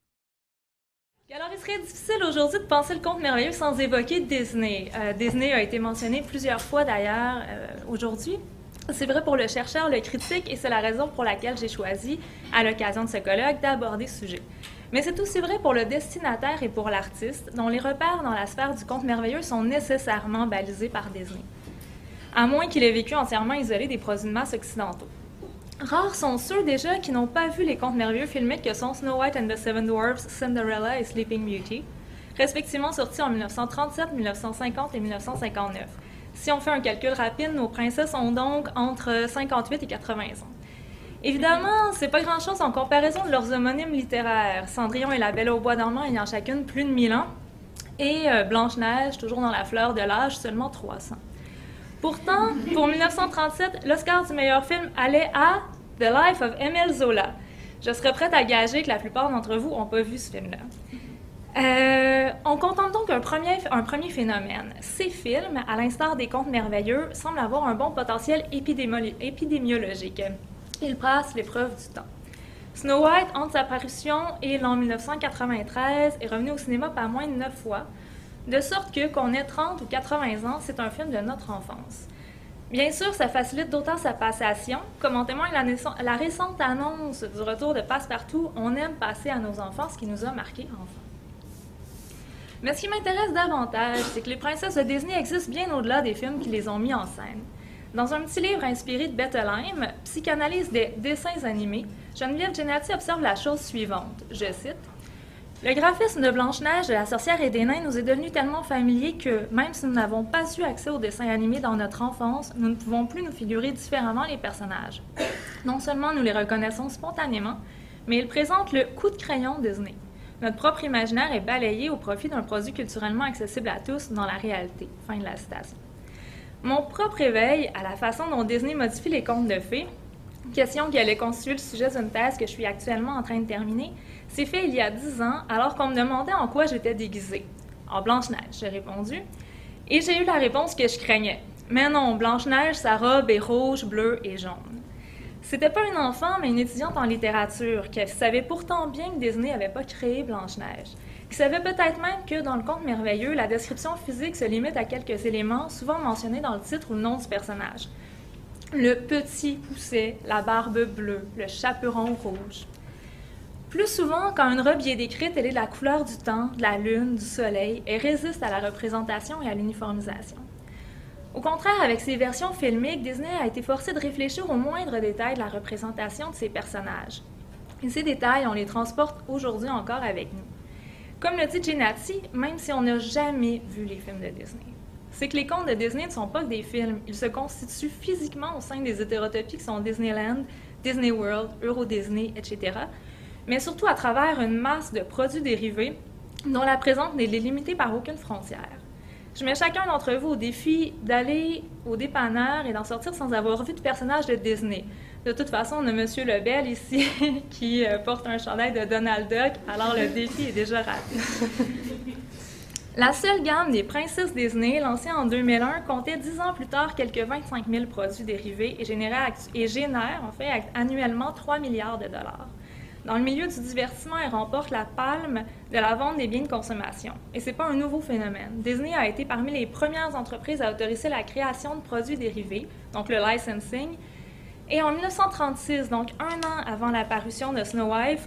Alors, il serait difficile aujourd'hui de penser le conte merveilleux sans évoquer Disney. Disney a été mentionné plusieurs fois d'ailleurs aujourd'hui. C'est vrai pour le chercheur, le critique, et c'est la raison pour laquelle j'ai choisi, à l'occasion de ce colloque, d'aborder ce sujet. Mais c'est aussi vrai pour le destinataire et pour l'artiste, dont les repères dans la sphère du conte merveilleux sont nécessairement balisés par Disney, à moins qu'il ait vécu entièrement isolé des produits de masse occidentaux. Rares sont ceux déjà qui n'ont pas vu les contes merveilleux filmiques que sont Snow White and the Seven Dwarfs, Cinderella et Sleeping Beauty, respectivement sortis en 1937, 1950 et 1959. Si on fait un calcul rapide, nos princesses ont donc entre 58 et 80 ans. Évidemment, c'est pas grand-chose en comparaison de leurs homonymes littéraires, Cendrillon et la Belle au bois dormant ayant chacune plus de 1000 ans, et Blanche-Neige, toujours dans la fleur de l'âge, seulement 300. Pourtant, pour 1937, l'Oscar du meilleur film allait à The Life of Émile Zola. Je serais prête à gager que la plupart d'entre vous n'ont pas vu ce film-là. On contemple donc un premier phénomène. Ces films, à l'instar des contes merveilleux, semblent avoir un bon potentiel épidémiologique. Ils passent l'épreuve du temps. Snow White, entre sa parution et l'an 1993, est revenu au cinéma pas moins de 9 fois, de sorte que, qu'on ait 30 ou 80 ans, c'est un film de notre enfance. Bien sûr, ça facilite d'autant sa passation, comme en témoigne la récente annonce du retour de Passepartout, on aime passer à nos enfants ce qui nous a marqués enfants. Mais ce qui m'intéresse davantage, c'est que les princesses de Disney existent bien au-delà des films qui les ont mis en scène. Dans un petit livre inspiré de Bettelheim, Psychanalyse des dessins animés, Geneviève Gennati observe la chose suivante, je cite, « Le graphisme de Blanche-Neige, de la sorcière et des nains nous est devenu tellement familier que, même si nous n'avons pas eu accès aux dessins animés dans notre enfance, nous ne pouvons plus nous figurer différemment les personnages. Non seulement nous les reconnaissons spontanément, mais ils présentent le coup de crayon Disney. Notre propre imaginaire est balayé au profit d'un produit culturellement accessible à tous dans la réalité. » Fin de la citation. Mon propre éveil à la façon dont Disney modifie les contes de fées, question qui allait constituer le sujet d'une thèse que je suis actuellement en train de terminer, s'est fait il y a 10 ans alors qu'on me demandait en quoi j'étais déguisée. En Blanche-Neige, j'ai répondu, et j'ai eu la réponse que je craignais. Mais non, Blanche-Neige, sa robe est rouge, bleue et jaune. C'était pas une enfant, mais une étudiante en littérature qui savait pourtant bien que Disney n'avait pas créé Blanche-Neige, qui savait peut-être même que dans le conte merveilleux, la description physique se limite à quelques éléments souvent mentionnés dans le titre ou le nom du personnage. Le petit pousset, la barbe bleue, le chaperon rouge. Plus souvent, quand une robe y est décrite, elle est de la couleur du temps, de la lune, du soleil, et résiste à la représentation et à l'uniformisation. Au contraire, avec ses versions filmiques, Disney a été forcé de réfléchir aux moindres détails de la représentation de ses personnages. Et ces détails, on les transporte aujourd'hui encore avec nous. Comme le dit Gennati, même si on n'a jamais vu les films de Disney, c'est que les contes de Disney ne sont pas que des films, ils se constituent physiquement au sein des hétérotopies qui sont Disneyland, Disney World, Euro Disney, etc., mais surtout à travers une masse de produits dérivés dont la présence n'est limitée par aucune frontière. Je mets chacun d'entre vous au défi d'aller au dépanneur et d'en sortir sans avoir vu de personnage de Disney. De toute façon, on a M. Lebel ici qui porte un chandail de Donald Duck, alors le défi est déjà raté. La seule gamme des princesses Disney, lancée en 2001, comptait 10 ans plus tard quelques 25 000 produits dérivés et génère en fait annuellement 3 milliards de dollars. Dans le milieu du divertissement, elle remporte la palme de la vente des biens de consommation. Et ce n'est pas un nouveau phénomène. Disney a été parmi les premières entreprises à autoriser la création de produits dérivés, donc le licensing. Et en 1936, donc un an avant la parution de Snow White,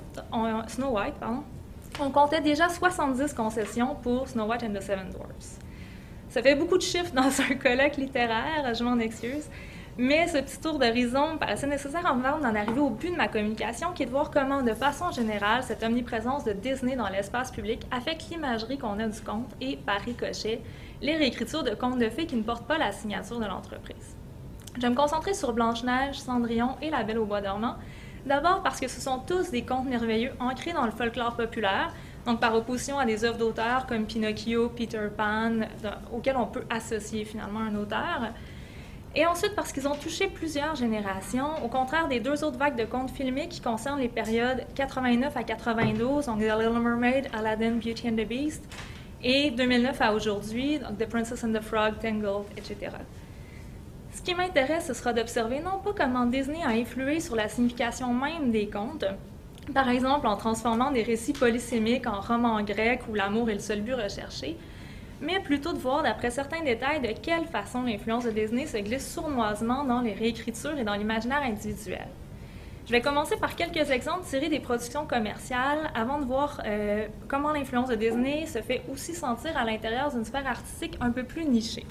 on comptait déjà 70 concessions pour Snow White and the Seven Dwarfs. Ça fait beaucoup de chiffres dans un colloque littéraire, je m'en excuse. Mais ce petit tour d'horizon paraissait nécessaire avant d'en arriver au but de ma communication, qui est de voir comment, de façon générale, cette omniprésence de Disney dans l'espace public affecte l'imagerie qu'on a du conte et, par ricochet, les réécritures de contes de fées qui ne portent pas la signature de l'entreprise. Je vais me concentrer sur Blanche-Neige, Cendrillon et la Belle au bois dormant, D'abord parce que ce sont tous des contes merveilleux ancrés dans le folklore populaire, donc par opposition à des œuvres d'auteurs comme Pinocchio, Peter Pan, auxquels on peut associer finalement un auteur. Et ensuite parce qu'ils ont touché plusieurs générations, au contraire des deux autres vagues de contes filmés qui concernent les périodes 89 à 92, donc The Little Mermaid, Aladdin, Beauty and the Beast, et 2009 à aujourd'hui, donc The Princess and the Frog, Tangled, etc. Ce qui m'intéresse, ce sera d'observer non pas comment Disney a influé sur la signification même des contes, par exemple en transformant des récits polysémiques en romans grecs où l'amour est le seul but recherché, mais plutôt de voir d'après certains détails de quelle façon l'influence de Disney se glisse sournoisement dans les réécritures et dans l'imaginaire individuel. Je vais commencer par quelques exemples tirés des productions commerciales avant de voir comment l'influence de Disney se fait aussi sentir à l'intérieur d'une sphère artistique un peu plus nichée.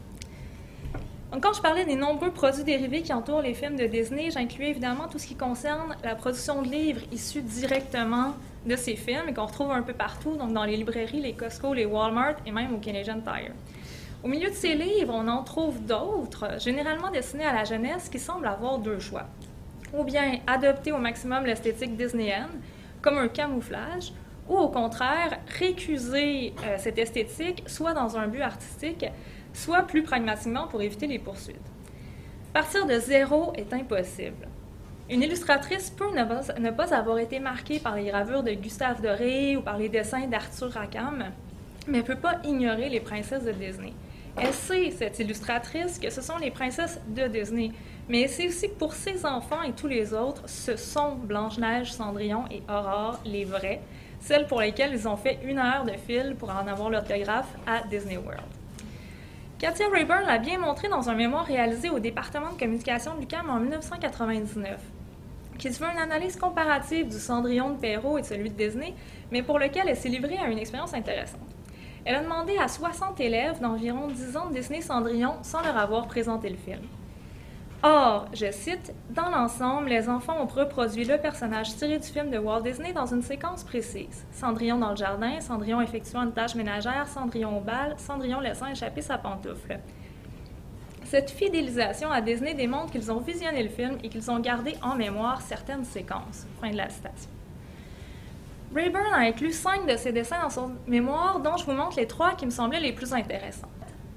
Donc, quand je parlais des nombreux produits dérivés qui entourent les films de Disney, j'incluais évidemment tout ce qui concerne la production de livres issus directement de ces films et qu'on retrouve un peu partout, donc dans les librairies, les Costco, les Walmart et même au Canadian Tire. Au milieu de ces livres, on en trouve d'autres, généralement destinés à la jeunesse, qui semblent avoir deux choix. Ou bien adopter au maximum l'esthétique disneyenne, comme un camouflage, ou au contraire, récuser cette esthétique, soit dans un but artistique, soit plus pragmatiquement pour éviter les poursuites. Partir de zéro est impossible. Une illustratrice peut ne pas avoir été marquée par les gravures de Gustave Doré ou par les dessins d'Arthur Rackham, mais elle ne peut pas ignorer les princesses de Disney. Elle sait, cette illustratrice, que ce sont les princesses de Disney, mais elle sait aussi que pour ses enfants et tous les autres, ce sont Blanche-Neige, Cendrillon et Aurore, les vrais, celles pour lesquelles ils ont fait 1 heure de fil pour en avoir l'autographe à Disney World. Katia Rayburn l'a bien montré dans un mémoire réalisé au département de communication de l'UQAM en 1999, qui se veut une analyse comparative du Cendrillon de Perrault et de celui de Disney, mais pour lequel elle s'est livrée à une expérience intéressante. Elle a demandé à 60 élèves d'environ 10 ans de dessiner Cendrillon sans leur avoir présenté le film. Or, je cite, « Dans l'ensemble, les enfants ont reproduit le personnage tiré du film de Walt Disney dans une séquence précise. Cendrillon dans le jardin, Cendrillon effectuant une tâche ménagère, Cendrillon au bal, Cendrillon laissant échapper sa pantoufle. » Cette fidélisation à Disney démontre qu'ils ont visionné le film et qu'ils ont gardé en mémoire certaines séquences. Fin de la citation. Rayburn a inclus 5 de ses dessins dans son mémoire, dont je vous montre les 3 qui me semblaient les plus intéressantes.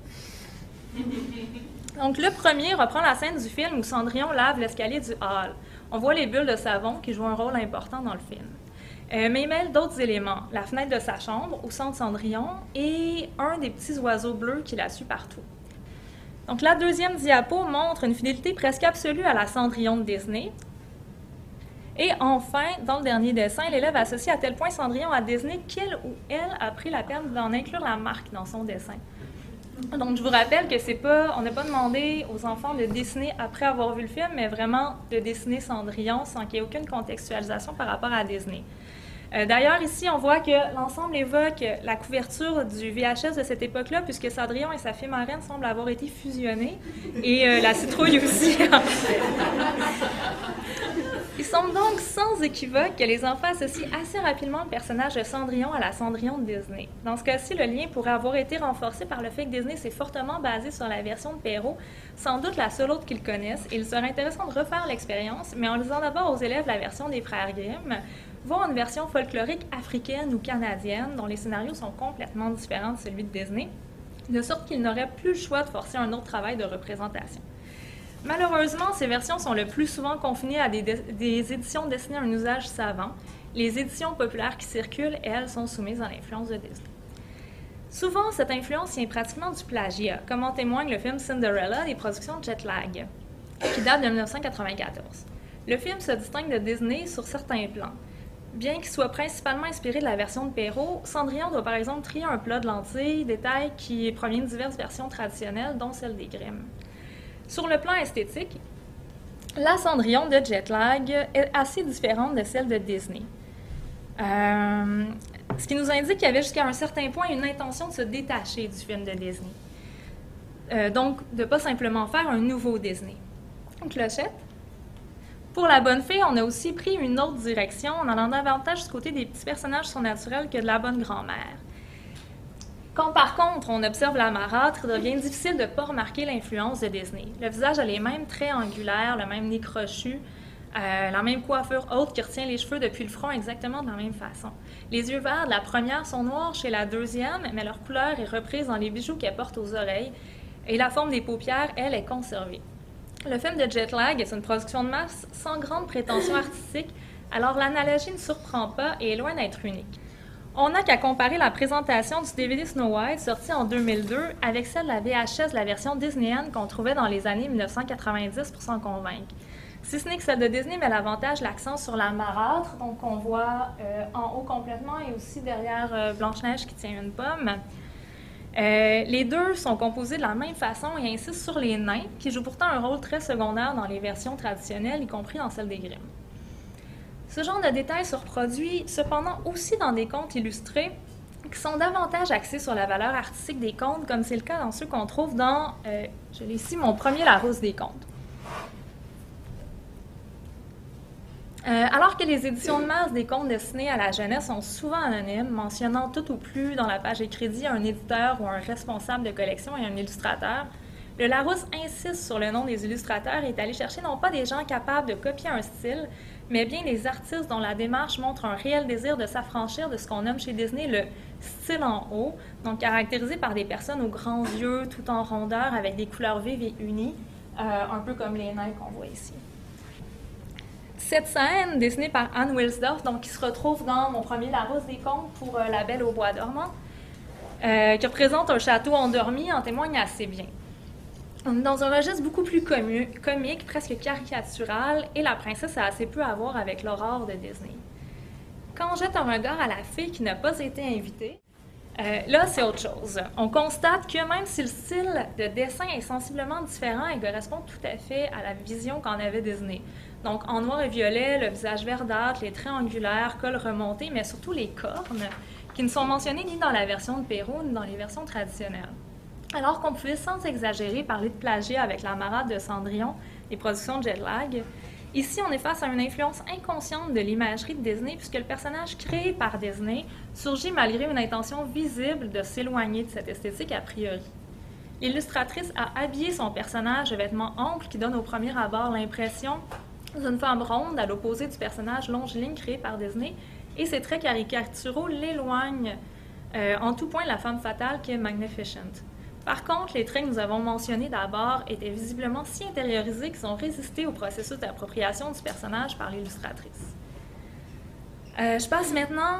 Donc, le premier reprend la scène du film où Cendrillon lave l'escalier du hall. On voit les bulles de savon qui jouent un rôle important dans le film. Mais il mêle d'autres éléments. La fenêtre de sa chambre, où centre Cendrillon, et un des petits oiseaux bleus qui la suit partout. Donc, la deuxième diapo montre une fidélité presque absolue à la Cendrillon de Disney. Et enfin, dans le dernier dessin, l'élève associe à tel point Cendrillon à Disney qu'il ou elle a pris la peine d'en inclure la marque dans son dessin. Donc, je vous rappelle que on n'a pas demandé aux enfants de dessiner après avoir vu le film, mais vraiment de dessiner Cendrillon sans qu'il y ait aucune contextualisation par rapport à Disney. D'ailleurs, ici, on voit que l'ensemble évoque la couverture du VHS de cette époque-là, puisque Cendrillon et sa fée marraine semblent avoir été fusionnés, et la citrouille aussi. Il semble donc sans équivoque que les enfants associent assez rapidement le personnage de Cendrillon à la Cendrillon de Disney. Dans ce cas-ci, le lien pourrait avoir été renforcé par le fait que Disney s'est fortement basé sur la version de Perrault, sans doute la seule autre qu'ils connaissent, et il serait intéressant de refaire l'expérience, mais en lisant d'abord aux élèves la version des frères Grimm, voir une version folklorique africaine ou canadienne, dont les scénarios sont complètement différents de celui de Disney, de sorte qu'ils n'auraient plus le choix de forcer un autre travail de représentation. Malheureusement, ces versions sont le plus souvent confinées à des éditions destinées à un usage savant. Les éditions populaires qui circulent, elles, sont soumises à l'influence de Disney. Souvent, cette influence vient pratiquement du plagiat, comme en témoigne le film Cinderella des productions Jet Lag, qui date de 1994. Le film se distingue de Disney sur certains plans. Bien qu'il soit principalement inspiré de la version de Perrault, Cendrillon doit par exemple trier un plat de lentilles, détail qui provient de diverses versions traditionnelles, dont celle des Grimm. Sur le plan esthétique, la Cendrillon de Jet Lag est assez différente de celle de Disney. Ce qui nous indique qu'il y avait jusqu'à un certain point une intention de se détacher du film de Disney. Donc, de ne pas simplement faire un nouveau Disney. Clochette. Pour la bonne fée, on a aussi pris une autre direction en allant davantage du côté des petits personnages surnaturels que de la bonne grand-mère. Quand par contre on observe la marâtre, il devient difficile de ne pas remarquer l'influence de Disney. Le visage a les mêmes traits angulaires, le même nez crochu, La même coiffure haute qui retient les cheveux depuis le front exactement de la même façon. Les yeux verts de la première sont noirs chez la deuxième, mais leur couleur est reprise dans les bijoux qu'elle porte aux oreilles. Et la forme des paupières, elle, est conservée. Le film de Jetlag est une production de masse sans grande prétention artistique, alors l'analogie ne surprend pas et est loin d'être unique. On n'a qu'à comparer la présentation du DVD Snow White, sorti en 2002, avec celle de la VHS de la version disneyenne qu'on trouvait dans les années 1990 pour s'en convaincre. Si ce n'est que celle de Disney met l'avantage l'accent sur la marâtre, donc on voit en haut complètement et aussi derrière Blanche-Neige qui tient une pomme. Les deux sont composés de la même façon et insistent sur les nains, qui jouent pourtant un rôle très secondaire dans les versions traditionnelles, y compris dans celle des Grimm. Ce genre de détail se reproduit cependant aussi dans des contes illustrés qui sont davantage axés sur la valeur artistique des contes, comme c'est le cas dans ceux qu'on trouve dans, je l'ai ici, mon premier Larousse des contes. Alors que les éditions de masse des contes destinés à la jeunesse sont souvent anonymes, mentionnant tout ou plus dans la page des crédits un éditeur ou un responsable de collection et un illustrateur, le Larousse insiste sur le nom des illustrateurs et est allé chercher non pas des gens capables de copier un style, mais bien des artistes dont la démarche montre un réel désir de s'affranchir de ce qu'on nomme chez Disney le style en haut, donc caractérisé par des personnes aux grands yeux tout en rondeur avec des couleurs vives et unies, un peu comme les nains qu'on voit ici. Cette scène, dessinée par Anne Wilsdorf, donc qui se retrouve dans mon premier Larousse des contes pour La Belle au bois dormant, qui représente un château endormi, en témoigne assez bien. On est dans un registre beaucoup plus comique, presque caricatural, et la princesse a assez peu à voir avec l'aurore de Disney. Quand on jette un regard à la fille qui n'a pas été invitée, là, c'est autre chose. On constate que même si le style de dessin est sensiblement différent, il correspond tout à fait à la vision qu'en avait Disney. Donc, en noir et violet, le visage verdâtre, les traits angulaires, col remonté, mais surtout les cornes, qui ne sont mentionnées ni dans la version de Perrault, ni dans les versions traditionnelles. Alors qu'on pouvait sans exagérer parler de plagiat avec la marâtre de Cendrillon, les productions de Jetlag, ici on est face à une influence inconsciente de l'imagerie de Disney puisque le personnage créé par Disney surgit malgré une intention visible de s'éloigner de cette esthétique a priori. L'illustratrice a habillé son personnage de vêtements amples qui donnent au premier abord l'impression d'une femme ronde à l'opposé du personnage longiligne créé par Disney et ses traits caricaturaux l'éloignent en tout point de la femme fatale qui est Magnificent. Par contre, les traits que nous avons mentionnés d'abord étaient visiblement si intériorisés qu'ils ont résisté au processus d'appropriation du personnage par l'illustratrice. Je passe maintenant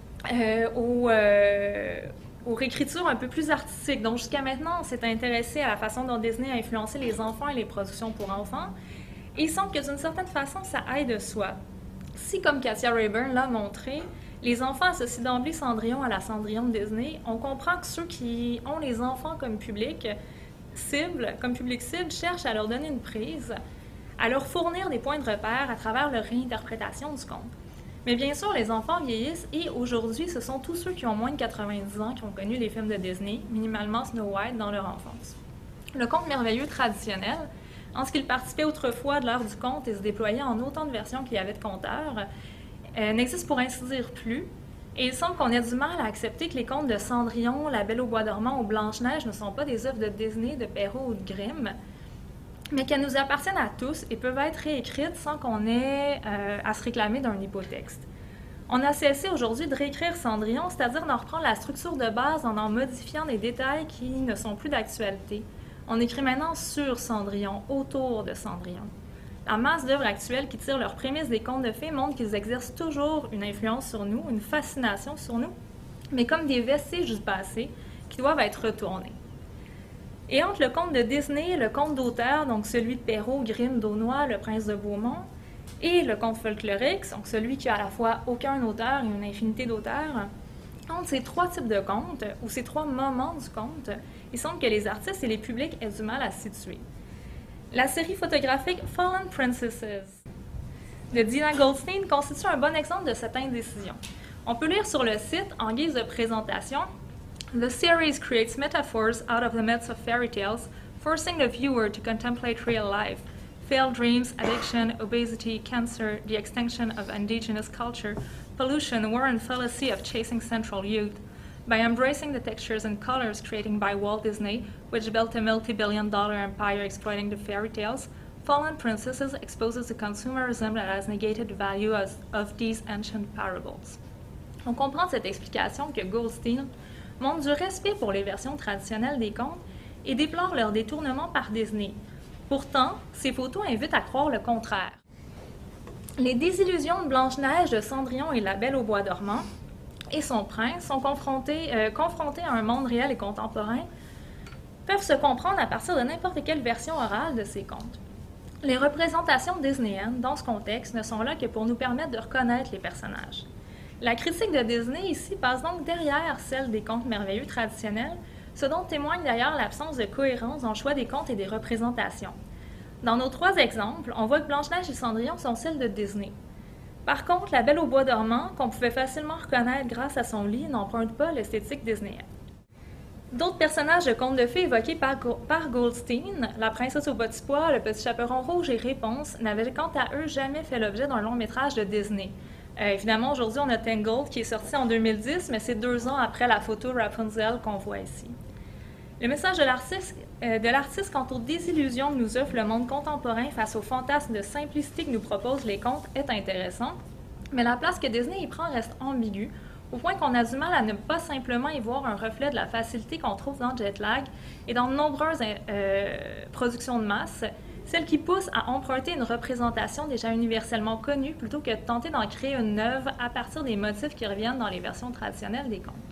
aux réécritures un peu plus artistiques. Donc, jusqu'à maintenant, on s'est intéressé à la façon dont Disney a influencé les enfants et les productions pour enfants. Et il semble que d'une certaine façon, ça aille de soi. Si, comme Katia Rayburn l'a montré, les enfants associent d'emblée Cendrillon à la Cendrillon de Disney, on comprend que ceux qui ont les enfants comme public cible, cherchent à leur donner une prise, à leur fournir des points de repère à travers leur réinterprétation du conte. Mais bien sûr, les enfants vieillissent et aujourd'hui, ce sont tous ceux qui ont moins de 90 ans qui ont connu les films de Disney, minimalement Snow White, dans leur enfance. Le conte merveilleux traditionnel, en ce qu'il participait autrefois de l'heure du conte et se déployait en autant de versions qu'il y avait de conteurs, n'existe pour ainsi dire plus, et il semble qu'on ait du mal à accepter que les contes de Cendrillon, La Belle au bois dormant ou Blanche-Neige ne sont pas des œuvres de Disney, de Perrault ou de Grimm, mais qu'elles nous appartiennent à tous et peuvent être réécrites sans qu'on ait à se réclamer d'un hypotexte. On a cessé aujourd'hui de réécrire Cendrillon, c'est-à-dire d'en reprendre la structure de base en modifiant des détails qui ne sont plus d'actualité. On écrit maintenant sur Cendrillon, autour de Cendrillon. La masse d'œuvres actuelles qui tirent leurs prémices des contes de fées montrent qu'ils exercent toujours une influence sur nous, une fascination sur nous, mais comme des vestiges du passé qui doivent être retournés. Et entre le conte de Disney, le conte d'auteur, donc celui de Perrault, Grimm, Daunois, Le Prince de Beaumont, et le conte folklorique, donc celui qui a à la fois aucun auteur et une infinité d'auteurs, entre ces trois types de contes, ou ces trois moments du conte, il semble que les artistes et les publics aient du mal à se situer. La série photographique Fallen Princesses de Dina Goldstein constitue un bon exemple de cette indécision. On peut lire sur le site, en guise de présentation, The series creates metaphors out of the myths of fairy tales, forcing the viewer to contemplate real life, failed dreams, addiction, obesity, cancer, the extinction of indigenous culture, pollution, war and fallacy of chasing central youth. By embracing the textures and colors created by Walt Disney, which built a multi-billion-dollar empire exploiting the fairy tales, Fallen Princesses exposes the consumerism that has negated the value of these ancient parables. On comprend de cette explication que Goldstein montre du respect pour les versions traditionnelles des contes et déplore leur détournement par Disney. Pourtant, ces photos invitent à croire le contraire. Les désillusions de Blanche-Neige, de Cendrillon et La Belle au bois dormant et son prince sont confrontés à un monde réel et contemporain, peuvent se comprendre à partir de n'importe quelle version orale de ces contes. Les représentations disnéennes, dans ce contexte, ne sont là que pour nous permettre de reconnaître les personnages. La critique de Disney ici passe donc derrière celle des contes merveilleux traditionnels, ce dont témoigne d'ailleurs l'absence de cohérence dans le choix des contes et des représentations. Dans nos 3 exemples, on voit que Blanche-Neige et Cendrillon sont celles de Disney. Par contre, La Belle au bois dormant, qu'on pouvait facilement reconnaître grâce à son lit, n'emprunte pas l'esthétique disnéenne. D'autres personnages de contes de fées évoqués par Goldstein, la princesse au petit pois, le petit chaperon rouge et Réponse, n'avaient quant à eux jamais fait l'objet d'un long métrage de Disney. Évidemment, aujourd'hui, on a Tangled qui est sorti en 2010, mais c'est 2 ans après la photo Rapunzel qu'on voit ici. Le message de l'artiste quant aux désillusions que nous offre le monde contemporain face aux fantasmes de simplicité que nous proposent les contes est intéressant, mais la place que Disney y prend reste ambiguë, au point qu'on a du mal à ne pas simplement y voir un reflet de la facilité qu'on trouve dans Jet Lag et dans de nombreuses productions de masse, celle qui pousse à emprunter une représentation déjà universellement connue plutôt que de tenter d'en créer une neuve à partir des motifs qui reviennent dans les versions traditionnelles des contes.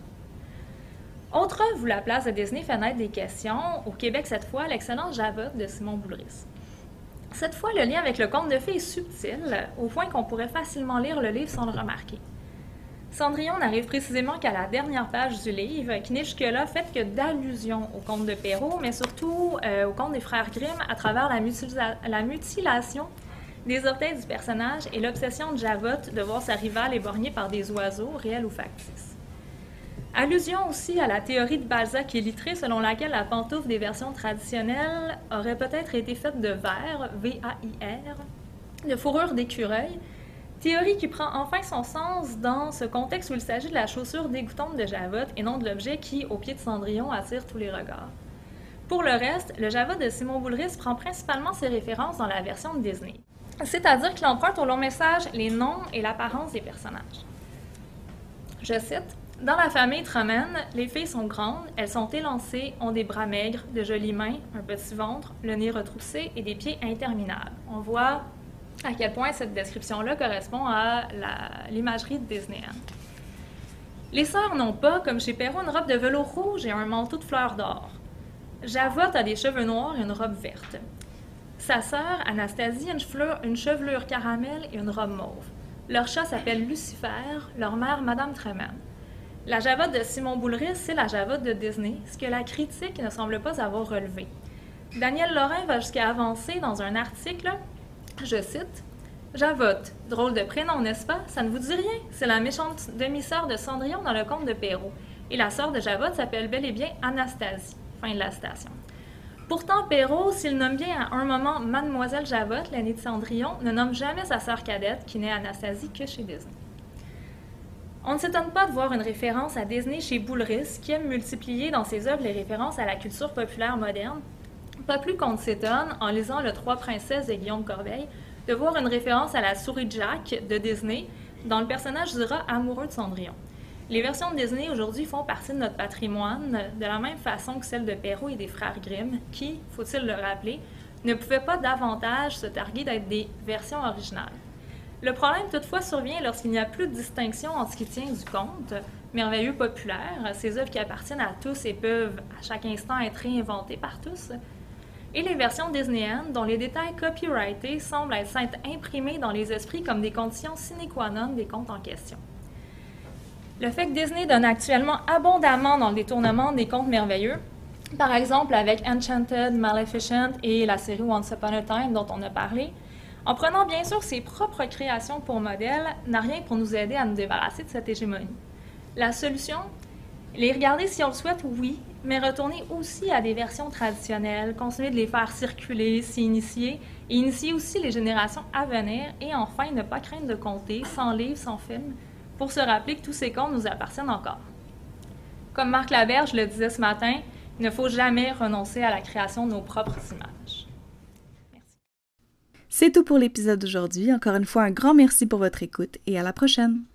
Autre œuvre où la place de Disney fait naître des questions, au Québec cette fois, l'excellent Javotte de Simon Boulris. Cette fois, le lien avec le conte de fées est subtil, au point qu'on pourrait facilement lire le livre sans le remarquer. Cendrillon n'arrive précisément qu'à la dernière page du livre, qui n'est jusque-là faite que d'allusions au conte de Perrault, mais surtout au conte des frères Grimm à travers la mutilation des orteils du personnage et l'obsession de Javotte de voir sa rivale éborgnée par des oiseaux, réels ou factices. Allusion aussi à la théorie de Balzac illustrée selon laquelle la pantoufle des versions traditionnelles aurait peut-être été faite de verre, V-A-I-R, de fourrure d'écureuil, théorie qui prend enfin son sens dans ce contexte où il s'agit de la chaussure dégoûtante de Javotte et non de l'objet qui, au pied de Cendrillon, attire tous les regards. Pour le reste, le Javotte de Simon Boulris prend principalement ses références dans la version de Disney, c'est-à-dire qu'il emprunte au long métrage les noms et l'apparence des personnages. Je cite: « Dans la famille Tromen, les filles sont grandes, elles sont élancées, ont des bras maigres, de jolies mains, un petit ventre, le nez retroussé et des pieds interminables. » On voit à quel point cette description-là correspond à l'imagerie de Disney. Les sœurs n'ont pas, comme chez Perrault, une robe de velours rouge et un manteau de fleurs d'or. Javotte a des cheveux noirs et une robe verte. Sa sœur, Anastasie, a une chevelure caramel et une robe mauve. Leur chat s'appelle Lucifer, leur mère, Madame Treman. La Javotte de Simon Boulris, c'est la Javotte de Disney, ce que la critique ne semble pas avoir relevé. Daniel Lorrain va jusqu'à avancer dans un article, je cite, « Javotte, drôle de prénom, n'est-ce pas? Ça ne vous dit rien? C'est la méchante demi-sœur de Cendrillon dans le conte de Perrault. Et la sœur de Javotte s'appelle bel et bien Anastasie. » Fin de la citation. Pourtant, Perrault, s'il nomme bien à un moment Mademoiselle Javotte, l'aînée de Cendrillon, ne nomme jamais sa sœur cadette, qui naît Anastasie, que chez Disney. On ne s'étonne pas de voir une référence à Disney chez Boulris, qui aime multiplier dans ses œuvres les références à la culture populaire moderne. Pas plus qu'on ne s'étonne, en lisant Le Trois Princesses de Guillaume Corbeil, de voir une référence à la souris Jack de Disney dans le personnage du rat amoureux de Cendrillon. Les versions de Disney aujourd'hui font partie de notre patrimoine, de la même façon que celle de Perrault et des frères Grimm, qui, faut-il le rappeler, ne pouvaient pas davantage se targuer d'être des versions originales. Le problème toutefois survient lorsqu'il n'y a plus de distinction entre ce qui tient du conte, merveilleux populaire, ces œuvres qui appartiennent à tous et peuvent à chaque instant être réinventées par tous, et les versions disnéennes dont les détails copyrightés semblent s'être imprimés dans les esprits comme des conditions sine qua non des contes en question. Le fait que Disney donne actuellement abondamment dans le détournement des contes merveilleux, par exemple avec Enchanted, Maleficent et la série Once Upon a Time dont on a parlé, en prenant bien sûr ses propres créations pour modèle, n'a rien pour nous aider à nous débarrasser de cette hégémonie. La solution? Les regarder si on le souhaite, oui, mais retourner aussi à des versions traditionnelles, continuer de les faire circuler, s'y initier, et initier aussi les générations à venir, et enfin ne pas craindre de compter, sans livre, sans film, pour se rappeler que tous ces contes nous appartiennent encore. Comme Marc Laberge le disait ce matin, il ne faut jamais renoncer à la création de nos propres images. Merci. C'est tout pour l'épisode d'aujourd'hui. Encore une fois, un grand merci pour votre écoute et à la prochaine!